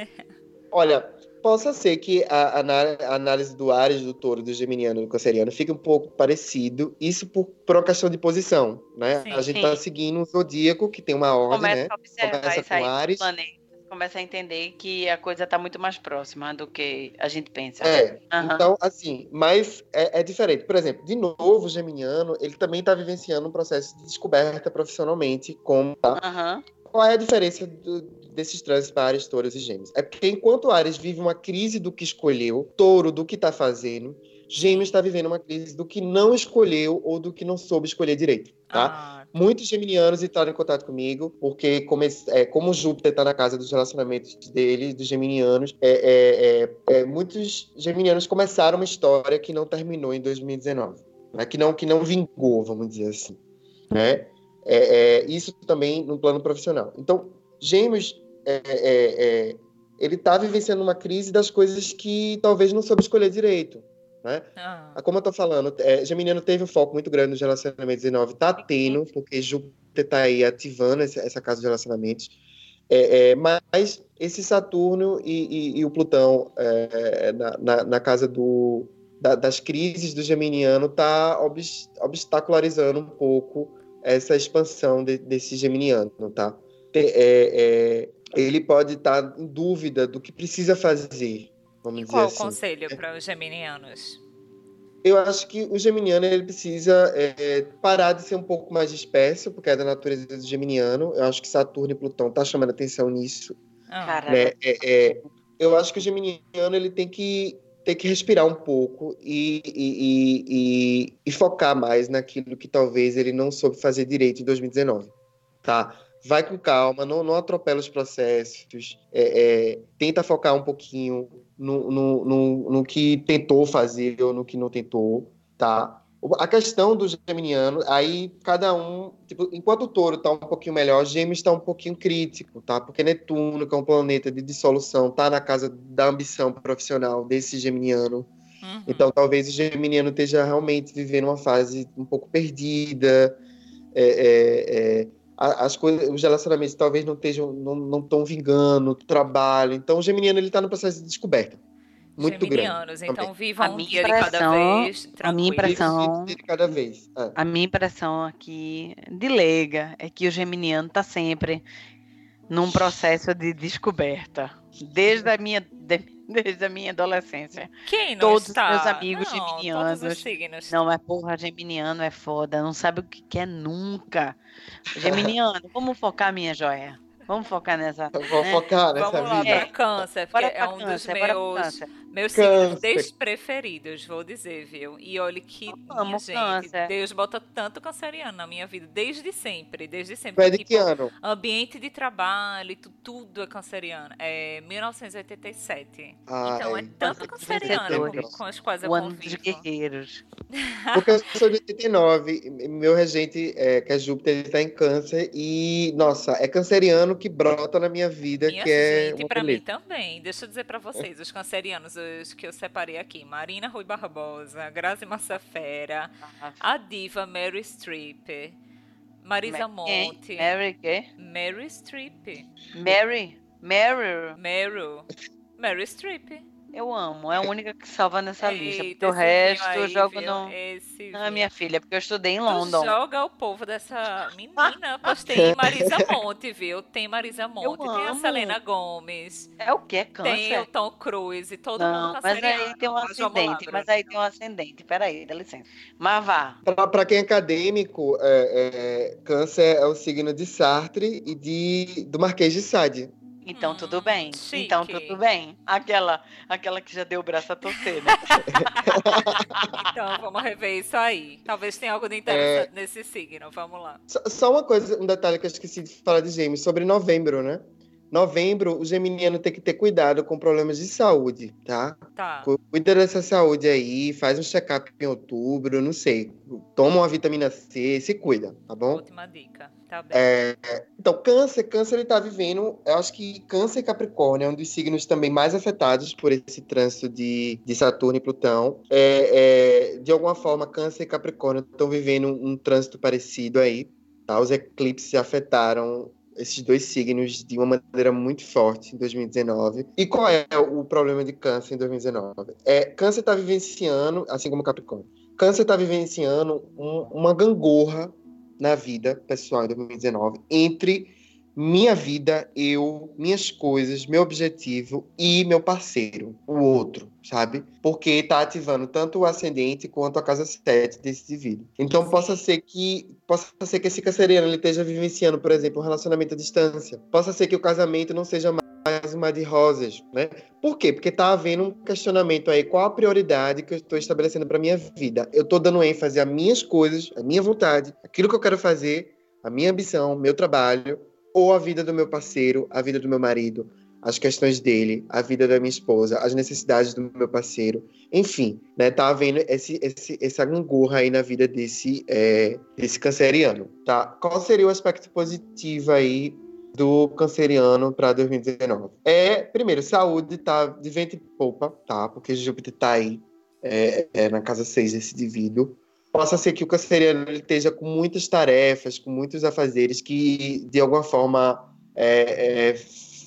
Olha, possa ser que a, ana- a análise do Áries, do Touro, do Geminiano e do Canceriano fique um pouco parecido, isso por, por uma questão de posição, né? Sim. A gente Sim. tá seguindo um zodíaco que tem uma ordem, Começa né? a observar Começa isso com aí, os Áries. planetas, começa a entender que a coisa está muito mais próxima do que a gente pensa. É, Aham. então, assim, mas é, é diferente. Por exemplo, de novo, o Geminiano, ele também está vivenciando um processo de descoberta profissionalmente, como Aham. qual é a diferença do- desses trânsitos para Áries, Touros e Gêmeos? É porque enquanto Áries vive uma crise do que escolheu, Touro do que está fazendo, Gêmeos está vivendo uma crise do que não escolheu ou do que não soube escolher direito, tá? Ah, Muitos geminianos entraram em contato comigo, porque come- é, como Júpiter está na casa dos relacionamentos deles, dos geminianos, é, é, é, é, muitos geminianos começaram uma história que não terminou em dois mil e dezenove, né? que, não, que não vingou, vamos dizer assim, né? É, é, isso também no plano profissional. Então, Gêmeos, é, é, é, ele está vivenciando uma crise das coisas que talvez não soube escolher direito, né? ah, Ah, Como eu tô falando, é, Geminiano teve um foco muito grande nos relacionamentos dezenove, tá tendo, porque Júpiter tá aí ativando esse- essa casa de relacionamentos. É, é, mas esse Saturno e, e, e o Plutão é, na, na, na casa do, da, das crises do geminiano está obst, obstacularizando um pouco essa expansão de, desse geminiano, tá? É, é, ele pode estar em dúvida do que precisa fazer, vamos E dizer qual o assim. conselho para os geminianos? Eu acho que o geminiano ele precisa é, parar de ser um pouco mais disperso, porque é da natureza do geminiano. Eu acho que Saturno e Plutão tá chamando atenção nisso, Ah, Caralho. né? É, é, eu acho que o geminiano ele tem que tem que respirar um pouco e, e, e, e, e focar mais naquilo que talvez ele não soube fazer direito em dois mil e dezenove, tá? Vai com calma, não, não atropela os processos, é, é, tenta focar um pouquinho no, no, no, no que tentou fazer ou no que não tentou, tá? A questão do geminiano, aí cada um, tipo, enquanto o touro tá um pouquinho melhor, Gêmeos está um pouquinho crítico, tá? Porque Netuno, que é um planeta de dissolução, tá na casa da ambição profissional desse geminiano. uhum. Então talvez o geminiano esteja realmente vivendo uma fase um pouco perdida, é, é, é, as coisas, os relacionamentos talvez não estejam, não, não estão vingando, o trabalho. Então o geminiano ele está no processo de descoberta muito grande. Geminianos, Também. então A vivam um minha dia de cada impressão, vez, a minha tranquilo. impressão, de cada vez. É. a minha impressão aqui de leiga é que o geminiano está sempre num processo de descoberta, desde a minha, de- desde a minha adolescência. Quem não Todos os está? meus amigos Não, geminianos, todos os signos. não é porra, geminiano é foda, não sabe o que quer nunca. Geminiano, vamos focar, minha joia. Vamos focar nessa, Eu vou né? focar nessa Vamos lá vida. para câncer, porque Bora é pra um dos câncer, bora pra meus câncer. meus Câncer. signos despreferidos, vou dizer, viu? E olhe que, Eu minha amo gente, câncer. Deus bota tanto canceriano na minha vida, desde sempre, desde Tu sempre. é de que Tipo, ano? ambiente de trabalho, tu- tudo é canceriano. É mil novecentos e oitenta e sete. Ah, Então é é. tanto Ano dos canceriano vencedores. com os quais eu O ano dos convivo. guerreiros. Porque eu sou de oitenta e nove, meu regente, é, que é Júpiter, ele tá em câncer e, nossa, é canceriano que brota na minha vida, Minha que é gente, uma pra mim beleza. também. Deixa eu dizer pra vocês, os cancerianos, os que eu separei aqui: Marina Rui Barbosa, Grazi Massafera, a diva Mary Streep, Marisa Quem? Monte, Mary quê? Mary Streep, Mary? Mary? Meryl, Mary Streep. Eu amo. É a única que salva nessa lista. Porque Eita, o esse vinho resto eu aí, jogo viu? no. Esse Ah, vinho. minha filha, porque eu estudei em Tu London. joga o povo dessa menina, pois tem Marisa Monte, viu? Tem Marisa Monte, tem a amo. Selena Gomes, É o que? É tem o câncer? Tom Cruise, todo mundo Não, mas canceriano. aí tem um Mas vamos lá, ascendente. Mas Bruno. aí tem um ascendente. Peraí, dá licença. Mas vá. Para quem é acadêmico, é, é, câncer é o signo de Sartre e de, do Marquês de Sade. Então tudo Hum, bem. chique. Então tudo bem. Aquela, aquela que já deu o braço a torcer, né? Então vamos rever isso aí. Talvez tenha algo de interessante nesse signo. Vamos lá. Só, só uma coisa, um detalhe que eu esqueci de falar de Gêmeos, sobre novembro, né? Novembro, o geminiano tem que ter cuidado com problemas de saúde, tá? Tá. Cuida dessa saúde aí, faz um check-up em outubro, não sei. Toma uma vitamina C, se cuida, tá bom? Última dica. Tá bem. É, então, câncer, câncer ele tá vivendo, eu acho que câncer e capricórnio é um dos signos também mais afetados por esse trânsito de, de Saturno e Plutão. É, é, de alguma forma, câncer e capricórnio estão vivendo um, um trânsito parecido aí, tá? Os eclipses afetaram esses dois signos de uma maneira muito forte em dois mil e dezenove. E qual é o problema de câncer em dois mil e dezenove? É, câncer está vivenciando, assim como Capricórnio, câncer está vivenciando um, uma gangorra na vida pessoal em dois mil e dezenove entre minha vida, eu, minhas coisas, meu objetivo e meu parceiro, o outro, sabe? Porque tá ativando tanto o ascendente quanto a casa sete desse indivíduo. Então, Sim. possa ser que possa ser que esse canceriano ele esteja vivenciando, por exemplo, um relacionamento à distância. Possa ser que o casamento não seja mais uma de rosas, né? Por quê? Porque tá havendo um questionamento aí, qual a prioridade que eu estou estabelecendo para minha vida? Eu tô dando ênfase às minhas coisas, à minha vontade, aquilo que eu quero fazer, a minha ambição, meu trabalho, ou a vida do meu parceiro, a vida do meu marido, as questões dele, a vida da minha esposa, as necessidades do meu parceiro, enfim, né, tá havendo esse, esse, essa gangorra aí na vida desse, é, desse canceriano, tá? Qual seria o aspecto positivo aí do canceriano para dois mil e dezenove? É, primeiro, saúde tá de vento e popa, tá? Porque Júpiter tá aí, é, é na casa seis desse indivíduo. Possa ser que o canceriano ele esteja com muitas tarefas, com muitos afazeres que, de alguma forma, é, é,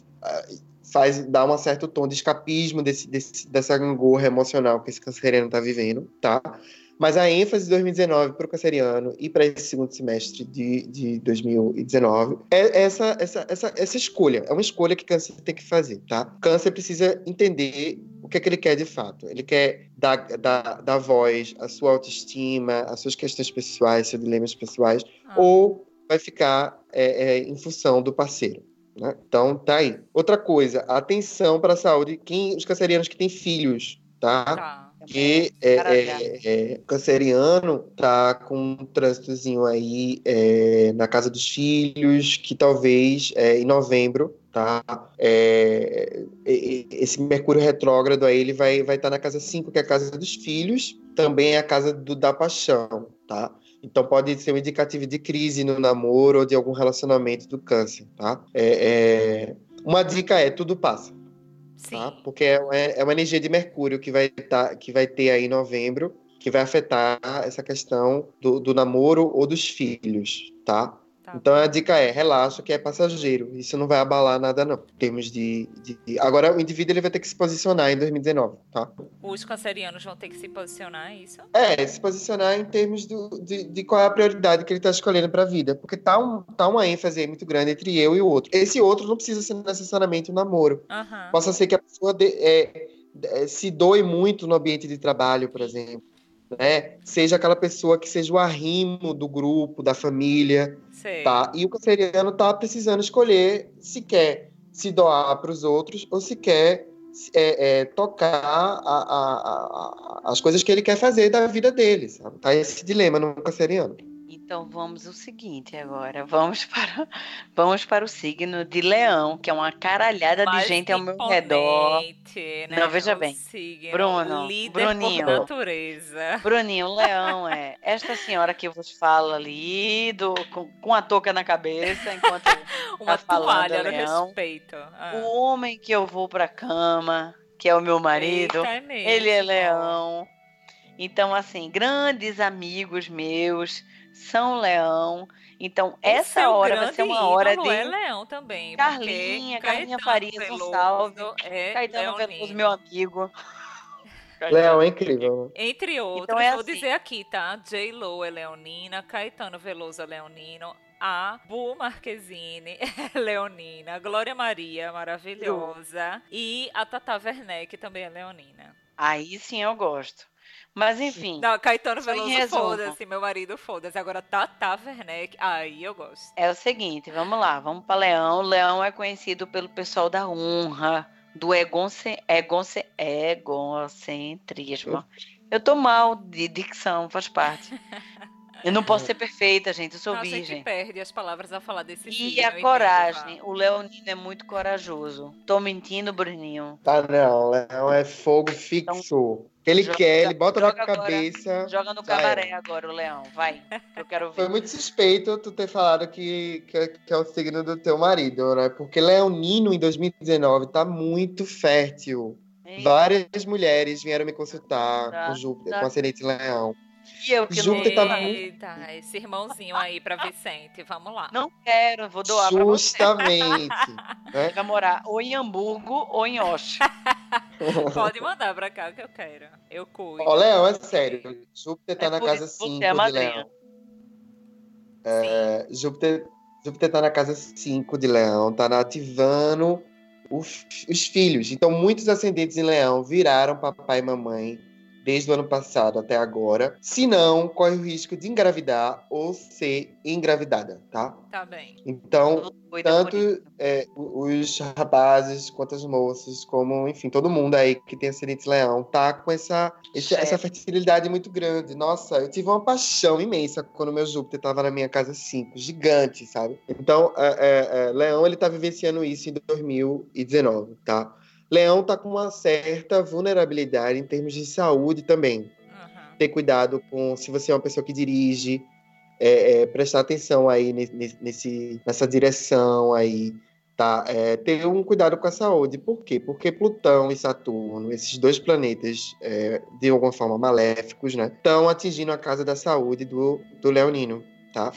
faz, dá um certo tom de escapismo desse, desse, dessa gangorra emocional que esse canceriano está vivendo, tá? Mas a ênfase de dois mil e dezenove para o canceriano e para esse segundo semestre de, de dois mil e dezenove é essa, essa, essa, essa escolha. É uma escolha que o câncer tem que fazer, tá? O câncer precisa entender o que é que ele quer de fato. Ele quer dar, dar, dar voz à sua autoestima, às suas questões pessoais, seus dilemas pessoais, ah. ou vai ficar é, é, em função do parceiro. Né? Então, tá aí. Outra coisa, atenção para a saúde. Quem, os cancerianos que têm filhos, tá? Tá. Que é, é, é, canceriano tá com um trânsitozinho aí é, na casa dos filhos, que talvez é, em novembro, tá? É, esse Mercúrio retrógrado aí, ele vai vai estar tá na casa cinco, que é a casa dos filhos, também é a casa do, da paixão, tá? Então pode ser um indicativo de crise no namoro ou de algum relacionamento do câncer, tá? É, é... Uma dica é, tudo passa. Tá? Porque é, é uma energia de Mercúrio que vai, tá, que vai ter aí em novembro, que vai afetar essa questão do, do namoro ou dos filhos, tá? Tá. Então a dica é, relaxa, que é passageiro. Isso não vai abalar nada, não. Em termos de, de... Agora, o indivíduo ele vai ter que se posicionar em dois mil e dezenove, tá? Os cancerianos vão ter que se posicionar, é isso? É, se posicionar em termos do, de, de qual é a prioridade que ele está escolhendo para a vida. Porque tá, um, tá uma ênfase aí muito grande entre eu e o outro. Esse outro não precisa ser necessariamente um namoro. Uhum. Possa ser que a pessoa de, é, é, se doe muito no ambiente de trabalho, por exemplo. Né? Seja aquela pessoa que seja o arrimo do grupo, da família. Sei. Tá? E o canceriano tá precisando escolher se quer se doar para os outros ou se quer é, é, tocar a, a, a, as coisas que ele quer fazer da vida dele, sabe? Tá esse dilema no canceriano. Então vamos o seguinte agora, vamos para, vamos para o signo de Leão, que é uma caralhada Mais de gente ao meu redor. Né? Não, veja o bem, signo, Bruno, líder Bruninho, por natureza. Bruninho, Leão é esta senhora que eu vos falo ali, do, com, com a touca na cabeça, enquanto uma tá falando toalha no Leão. respeito. Ah. O homem que eu vou pra cama, que é o meu marido, Eita, é mesmo. ele é Leão. Então, assim, grandes amigos meus são Leão. Então, O essa seu hora vai ser uma hora de... é Leão também. Carlinha, Carlinha Caetano Farias Veloso Gonçalves. É Caetano Veloso, meu amigo. Leão é incrível. Entre outros, então é vou assim. dizer aqui, tá? J-Lo é leonina, Caetano Veloso é leonino, a Bu Marquezine é leonina, Glória Maria, maravilhosa, e a Tata Werneck também é leonina. Aí sim eu gosto. Mas enfim. Não, Caetano Veloso, foda-se, meu marido, foda-se. Agora, Tata Werneck, aí eu gosto. É o seguinte, vamos lá, vamos para Leão. Leão é conhecido pelo pessoal da honra, do egonce, egonce, egocentrismo. Eu tô mal de dicção, faz parte. Eu não posso ser perfeita, gente, eu sou não, virgem. A gente perde as palavras a falar desse E signo, a coragem, entendo, o leonino é muito corajoso. Tô mentindo, Bruninho? Tá não, Leão é fogo fixo. Então, ele joga, quer, ele bota na cabeça... Agora, joga no cabaré agora o Leão, vai, que eu quero ver. Foi muito suspeito tu ter falado que, que, que é o signo do teu marido, né? Porque leonino em dois mil e dezenove tá muito fértil. Eita. Várias mulheres vieram me consultar tá, com Júpiter, tá. com ascendente em Leão. E eu que Júpiter não... tá Eita, muito... esse irmãozinho aí pra Vicente, vamos lá. Não quero, vou doar Justamente, pra você. Né? Vai morar ou em Hamburgo ou em Osh. Pode mandar pra cá que eu quero. Eu cuido. Ó, Leão, é sério. Júpiter tá é na casa cinco é de Leão. É, Júpiter, Júpiter tá na casa cinco de Leão, tá ativando os, os filhos. Então, muitos ascendentes em Leão viraram papai e mamãe desde o ano passado até agora. Se não, corre o risco de engravidar ou ser engravidada, tá? Tá bem. Então, tanto é, os rapazes quanto as moças, como, enfim, todo mundo aí que tem ascendente leão, tá com essa, essa, essa fertilidade muito grande. Nossa, eu tive uma paixão imensa quando meu Júpiter tava na minha casa cinco, gigante, sabe? Então, é, é, é, Leão, ele tá vivenciando isso em dois mil e dezenove, tá? Leão tá com uma certa vulnerabilidade em termos de saúde também. Uhum. Ter cuidado com, se você é uma pessoa que dirige, é, é, prestar atenção aí nesse, nesse, nessa direção aí, tá? É, ter um cuidado com a saúde. Por quê? Porque Plutão e Saturno, esses dois planetas, é, de alguma forma maléficos, né? Estão atingindo a casa da saúde do, do leonino, tá? Sim.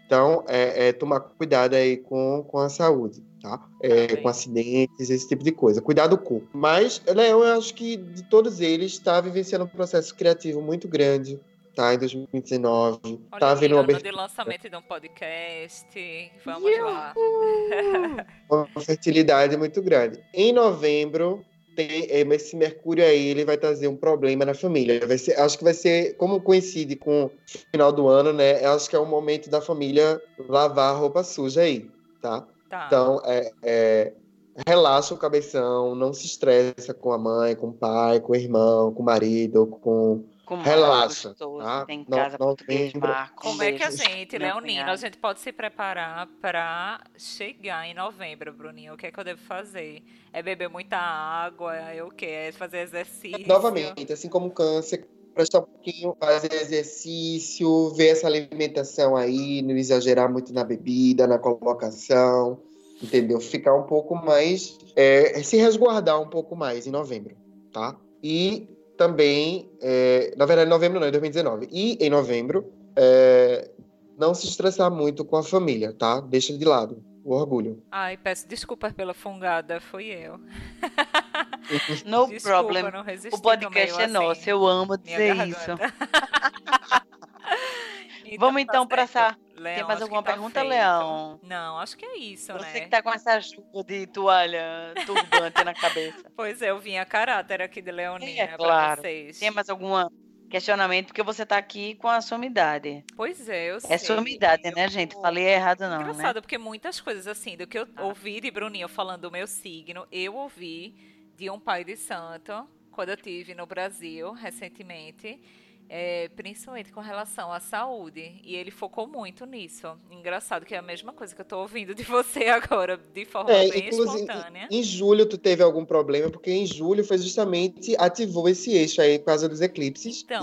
Então, é, é tomar cuidado aí com, com a saúde, tá? É, com acidentes, esse tipo de coisa. Cuidar do corpo. Mas, Leão, eu acho que de todos eles, está vivenciando um processo criativo muito grande, tá? Em dois mil e dezenove. Olha Tá aí, havendo uma ano de abertura, lançamento de um podcast. Vamos lá. uma fertilidade muito grande. Em novembro, tem, é, esse Mercúrio aí, ele vai trazer um problema na família. Vai ser, acho que vai ser, como coincide com o final do ano, né? Eu acho que é o momento da família lavar a roupa suja aí, tá? Tá. Então, é, é, relaxa o cabeção, não se estressa com a mãe, com o pai, com o irmão, com o marido, com... Com Relaxa, gostoso, tá? tem No- casa português, novembro. Marco. Como é que a Beijos, gente, meu Leonino, a cunhado. gente pode se preparar para chegar em novembro, Bruninho? O que é que eu devo fazer? É beber muita água? É o quê? É fazer exercício? Novamente, assim como o câncer, prestar um pouquinho, fazer exercício, ver essa alimentação aí, não exagerar muito na bebida, na colocação, entendeu? Ficar um pouco mais, é, se resguardar um pouco mais em novembro, tá? E também, é, na verdade, novembro não, em dois mil e dezenove. E em novembro, é, não se estressar muito com a família, tá? Deixa de lado o orgulho. Ai, peço desculpas pela fungada, fui eu. No Desculpa, problem. não resisti, O podcast tô meio é nosso, assim, eu amo minha dizer isso. garganta. Vamos então tá para certo. essa. Leão, Tem mais acho que alguma tá pergunta, feito. Leão? Não, acho que é isso, Você né? que tá com essa chuva de toalha turbante na cabeça. Pois é, eu vim a caráter aqui de É, Leonina pra claro. vocês. Tem mais algum questionamento? Porque você tá aqui com a sua idade. Pois é, eu É sei. sua idade, eu- né, gente? Falei errado não, né? Engraçado, porque muitas coisas assim, do que eu Ah. ouvi de Bruninho falando do meu signo, eu ouvi de um pai de santo, quando eu tive no Brasil, recentemente, é, principalmente com relação à saúde. E ele focou muito nisso. Engraçado que é a mesma coisa que eu tô ouvindo de você agora, de forma É, bem inclusive, espontânea. em julho tu teve algum problema, porque em julho foi justamente, ativou esse eixo aí por causa dos eclipses. Então,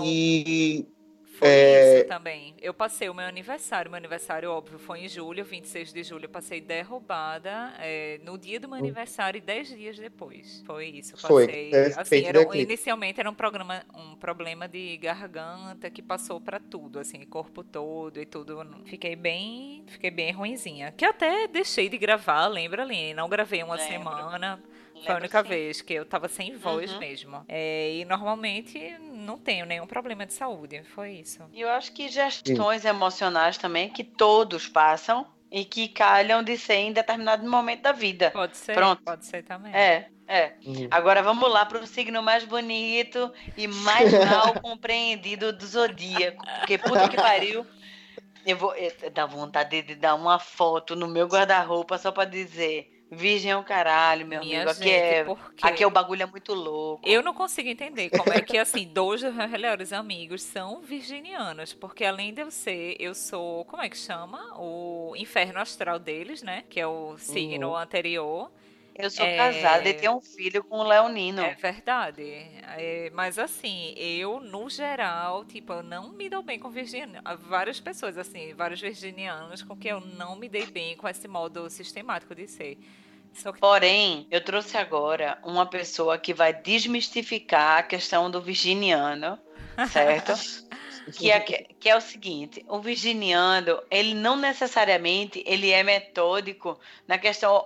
E Foi É, isso também. Eu passei o meu aniversário. Meu aniversário, óbvio, foi em julho, vinte e seis de julho. Eu passei derrubada é, no dia do meu aniversário e dez dias depois. Foi isso. Foi, Passei. é, Assim, feito era, do um- eclipse. inicialmente era um, programa, um problema de garganta que passou pra tudo, assim, corpo todo e tudo. Fiquei bem, fiquei bem ruinzinha. Que até deixei de gravar, lembra, Aline? Não gravei uma Lembro. semana. Foi a Lembro, única sim. vez que eu tava sem voz Uhum. mesmo. É, e normalmente não tenho nenhum problema de saúde. Foi isso. E eu acho que gestões emocionais também, que todos passam e que calham de ser em determinado momento da vida. Pode ser, Pronto. pode ser também. É, é. Uhum. Agora vamos lá para o signo mais bonito e mais mal compreendido do zodíaco. Porque puta que pariu. Eu vou. eu- Dá vontade de dar uma foto no meu guarda-roupa só para dizer. Virgem é o caralho, meu Minha amigo. Aqui gente, é, por quê? aqui é o bagulho é muito louco. Eu não consigo entender como é que, assim, dois dos meus melhores amigos são virginianos, porque além de eu ser, eu sou, como é que chama? O inferno astral deles, né? Que é o signo Uhum. anterior. Eu sou É. casada e tenho um filho com o Leonino. É verdade. É, mas assim, eu, no geral, tipo, eu não me dou bem com virginianos. Várias pessoas, assim, vários virginianos com quem eu não me dei bem com esse modo sistemático de ser. Só que Porém, eu trouxe agora uma pessoa que vai desmistificar a questão do virginiano, certo? que, é, que é o seguinte, o virginiano, ele não necessariamente ele é metódico na questão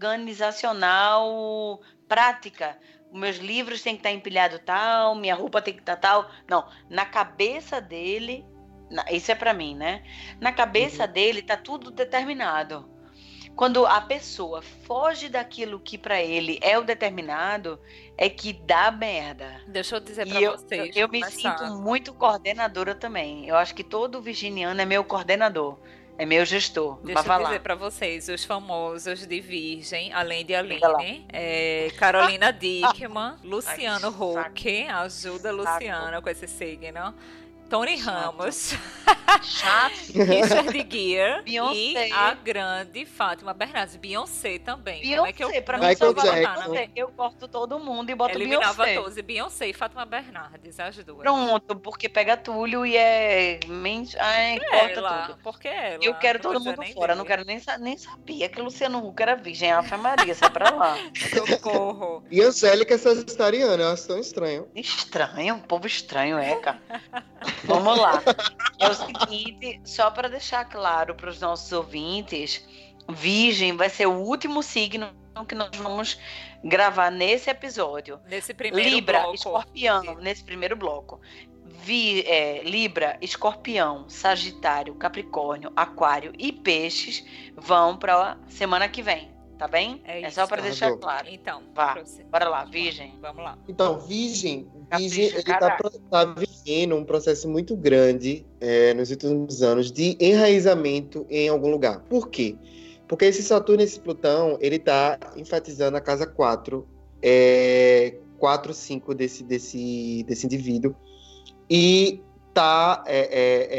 organizacional prática. Os meus livros têm que estar empilhados tal, minha roupa tem que estar tal. Não, na cabeça dele, na- isso é para mim, né? Na cabeça Uhum. dele tá tudo determinado. Quando a pessoa foge daquilo que para ele é o determinado, é que dá merda. deixa eu dizer E pra eu, vocês. eu me começar. sinto muito coordenadora também. Eu acho que todo virginiano é meu coordenador, é meu gestor. Deixa Vai eu dizer falar. pra vocês, os famosos de Virgem, além de Diga lá. Aline, é, Carolina Dickman, Luciano saco. Huck, ajuda Luciano com esse signo, Tony Chato. Ramos, Chato. Richard Gere Beyoncé. e a grande Fátima Bernardes, Beyoncé também. Como é que eu Beyoncé, pra não mim Michael só vou vale botar na Jackson. minha- Beyoncé. Eu corto todo mundo e boto Eliminava Beyoncé. todos, e Beyoncé e Fátima Bernardes, as duas. Pronto, porque pega Túlio e é... men- Ai, corta Ela, tudo. porque ela. Eu quero não todo precisa mundo nem fora, dele. não quero nem, sa- nem sabia que Luciano Huck era virgem. Ave Maria, sai pra lá. Socorro. E Angélica é sagitariana, eu acho tão estranho. Estranho, um povo estranho, é, cara. Vamos lá. É o seguinte, só para deixar claro para os nossos ouvintes, Virgem vai ser o último signo que nós vamos gravar nesse episódio. Nesse primeiro Libra, bloco. Escorpião, Sim. nesse primeiro bloco. Vi, é, Libra, Escorpião, Sagitário, Capricórnio, Aquário e Peixes vão para a semana que vem, tá bem? É É, só para isso. deixar Arrasou. claro. Então, Vá, proce- bora lá, vamos Virgem. Vamos lá. Então, Virgem, Virgem Capricha, ele tá, caralho. pro- tá vivendo um processo muito grande é, nos últimos anos de enraizamento em algum lugar. Por quê? Porque esse Saturno e esse Plutão, ele tá enfatizando a casa quatro, é, quatro, cinco desse, desse, desse indivíduo. E tá, é,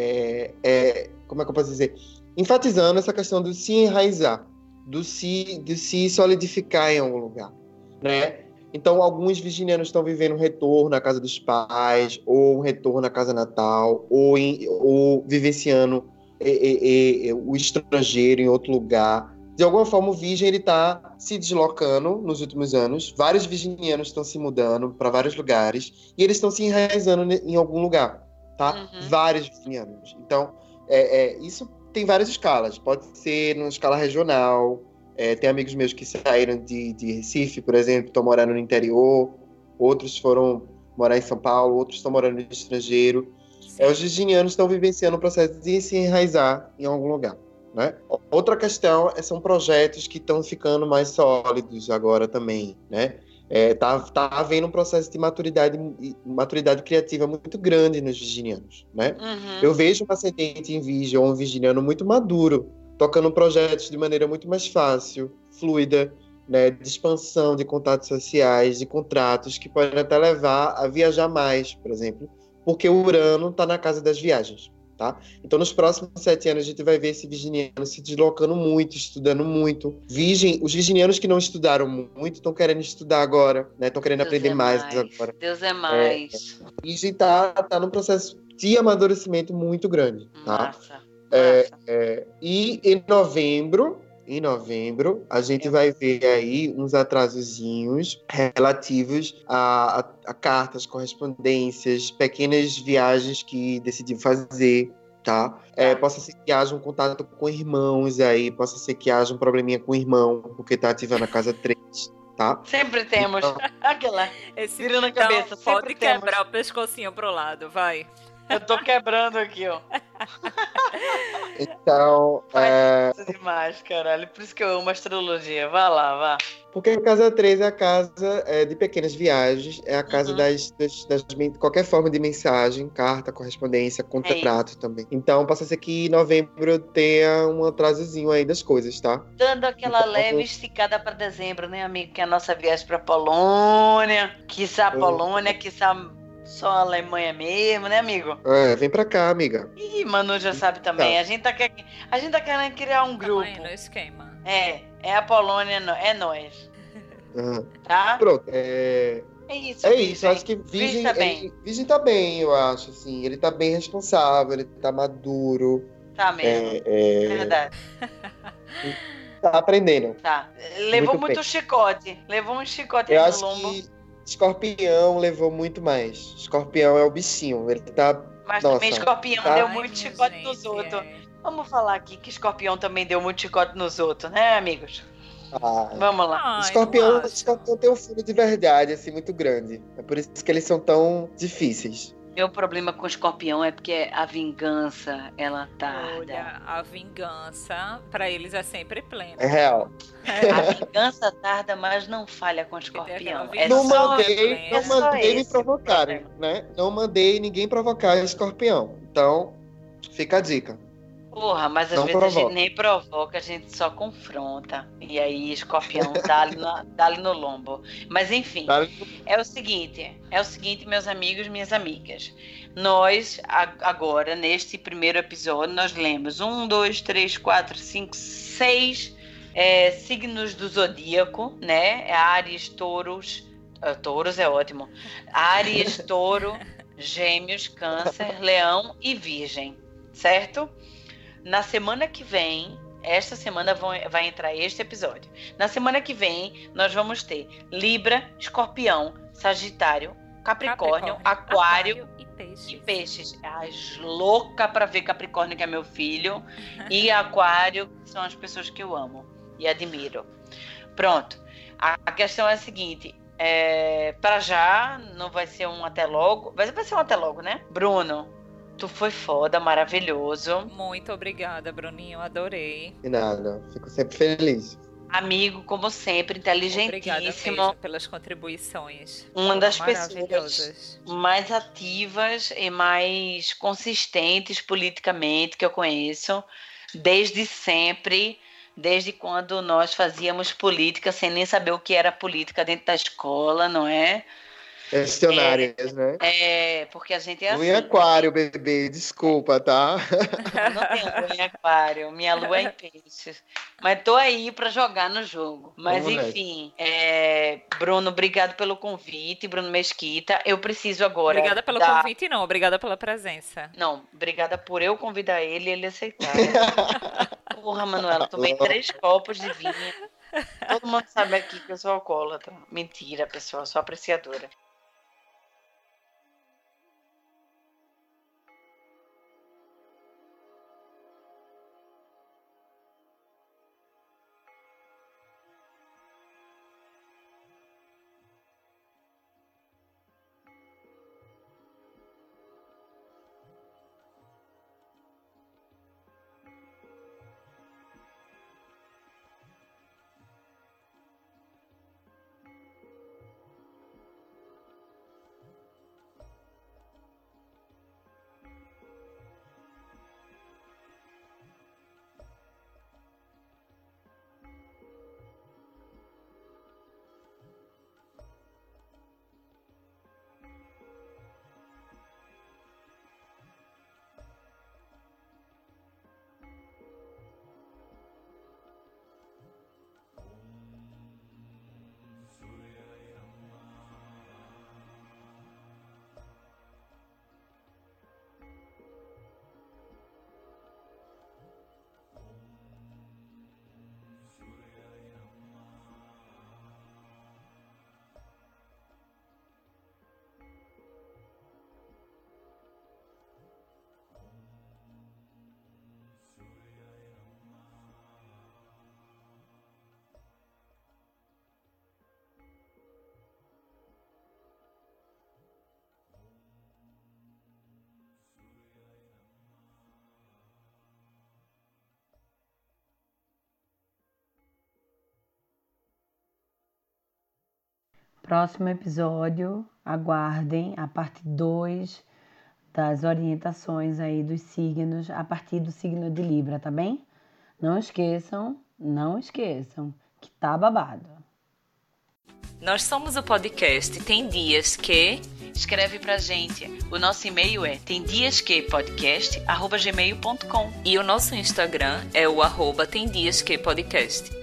é, é, é, como é que eu posso dizer? Enfatizando essa questão do se enraizar, do se, de se solidificar em algum lugar, né? Então, alguns virginianos estão vivendo um retorno à casa dos pais, ou um retorno à casa natal, ou, em, ou vivenciando e, e, e, o estrangeiro em outro lugar. De alguma forma, o virgem está se deslocando nos últimos anos. Vários virginianos estão se mudando para vários lugares e eles estão se enraizando em algum lugar, tá? Uhum. Vários virginianos. Então, é, é, isso tem várias escalas. Pode ser numa escala regional. É, tem amigos meus que saíram de, de Recife, por exemplo, estão morando no interior. Outros foram morar em São Paulo. Outros estão morando no estrangeiro. É, os virginianos estão vivenciando o processo de se enraizar em algum lugar, né? Outra questão é, são projetos que estão ficando mais sólidos agora também, né? É, tá, tá havendo um processo de maturidade, maturidade criativa muito grande nos virginianos, né? Uhum. Eu vejo um ascendente em virgem ou um virginiano muito maduro, tocando projetos de maneira muito mais fácil, fluida, né? De expansão de contatos sociais, de contratos que podem até levar a viajar mais, por exemplo, porque o Urano está na casa das viagens. Tá? Então, nos próximos sete anos, a gente vai ver esse virginiano se deslocando muito, estudando muito. Virgem, os virginianos que não estudaram muito estão querendo estudar agora, né? Estão querendo Deus aprender é mais, mais. agora. Deus é mais. Virgem está tá num processo de amadurecimento muito grande, tá? Massa. É, Massa. é, e em novembro, em novembro, a gente Eu- vai ver aí uns atrasozinhos relativos a, a, a cartas, correspondências, pequenas viagens que decidi fazer, tá? É, Tá. possa ser que haja um contato com irmãos aí, possa ser que haja um probleminha com o irmão, porque tá ativando a casa três, tá? Sempre temos. Então- Aquela. Esse Vira na então, cabeça, sempre pode temos. quebrar o pescocinho pro lado, vai. Eu tô quebrando aqui, ó. Então, é, Isso é demais, caralho. Por isso que eu amo astrologia. Vá lá, vá. porque a casa três é a casa é, de pequenas viagens, é a casa Uhum. das, das, das men- qualquer forma de mensagem, carta, correspondência, contrato também. Então, possa ser que em novembro tenha um atrasozinho aí das coisas, tá? Dando aquela Então, leve esticada para dezembro, né, amigo? Que é a nossa viagem pra Polônia. Quiçá Uhum. Polônia, quiçá só a Alemanha mesmo, né, amigo? É, vem pra cá, amiga. Ih, Manu já sabe também. A gente tá, quer... a gente tá querendo criar um grupo. Tamanho no esquema. É, é a Polônia, no- é nós. Aham. Tá? Pronto, é, É isso, é Virgem. isso. Eu acho que Virgem, Virgem tá bem. ele- Virgem tá bem, eu acho, assim. Ele tá bem responsável, ele tá maduro, Tá mesmo. é, é, Verdade. tá aprendendo. Tá. Levou Muito muito, bem. chicote. Levou um chicote Eu aí acho no lombo. que Escorpião levou muito mais. Escorpião é o bichinho, ele tá... Mas Nossa, também escorpião tá. deu Ai, muito minha chicote gente, nos outros. é. Vamos falar aqui que escorpião também deu muito chicote nos outros, né, amigos? Ah, Vamos lá. Ai, Escorpião, não acho. Escorpião tem um fundo de verdade, assim, muito grande. É por isso que eles são tão difíceis. Meu problema com escorpião é porque a vingança, ela tarda. Olha, a vingança pra eles é sempre plena. É real. A vingança tarda, mas não falha com escorpião. Tem É aquela não vingança só... mandei, plena. não é só mandei me esse provocarem, problema. né? Não mandei ninguém provocar Escorpião. Então, fica a dica. Porra, mas às Não vezes a provoca. gente nem provoca, a gente só confronta. E aí, escorpião dá ali, na- dá ali no lombo. Mas enfim, Tá? é o seguinte, é o seguinte, meus amigos, minhas amigas. Nós, a- agora, neste primeiro episódio, nós lemos um, dois, três, quatro, cinco, seis é, signos do zodíaco, né? Áries, touros. ah, touros é ótimo. Áries, touro, gêmeos, câncer, leão e virgem. Certo? Na semana que vem, esta semana vão- vai entrar este episódio. Na semana que vem, nós vamos ter Libra, Escorpião, Sagitário, Capricórnio, Aquário e peixes. E peixes. Ai, louca pra ver Capricórnio, que é meu filho, e Aquário, que são as pessoas que eu amo e admiro. Pronto. A, a questão é a seguinte, é, para já, não vai ser um até logo, vai, vai ser um até logo, né? Bruno, tu foi foda, maravilhoso. Muito obrigada, Bruninho, adorei. De nada, fico sempre feliz. Amigo, como sempre, inteligentíssimo. Obrigada mesmo pelas contribuições. Uma das pessoas maravilhosas. mais ativas e mais consistentes politicamente que eu conheço, desde sempre, desde quando nós fazíamos política sem nem saber o que era política dentro da escola, não é? Questionárias, é, né? É, porque a gente é lua assim. Lua em aquário, bebê, desculpa, tá? Eu não tenho lua em aquário, minha lua é em peixes. Mas tô aí pra jogar no jogo. Mas Vamos enfim, é, Bruno, obrigado pelo convite, Bruno Mesquita. Eu preciso agora... Obrigada pelo dar... convite, não. Obrigada pela presença. Não, obrigada por eu convidar ele e ele aceitar. Porra, Manuela, tomei três copos de vinho. Todo mundo sabe aqui que eu sou alcoólatra. Mentira, pessoal, sou apreciadora. Próximo episódio, aguardem a parte dois das orientações aí dos signos a partir do signo de Libra, tá bem? Não esqueçam, não esqueçam que tá babado. Nós somos o podcast Tem Dias Que... Escreve pra gente. O nosso e-mail é temdiasquepodcast arroba gmail ponto com e o nosso Instagram é o arroba temdiasquepodcast.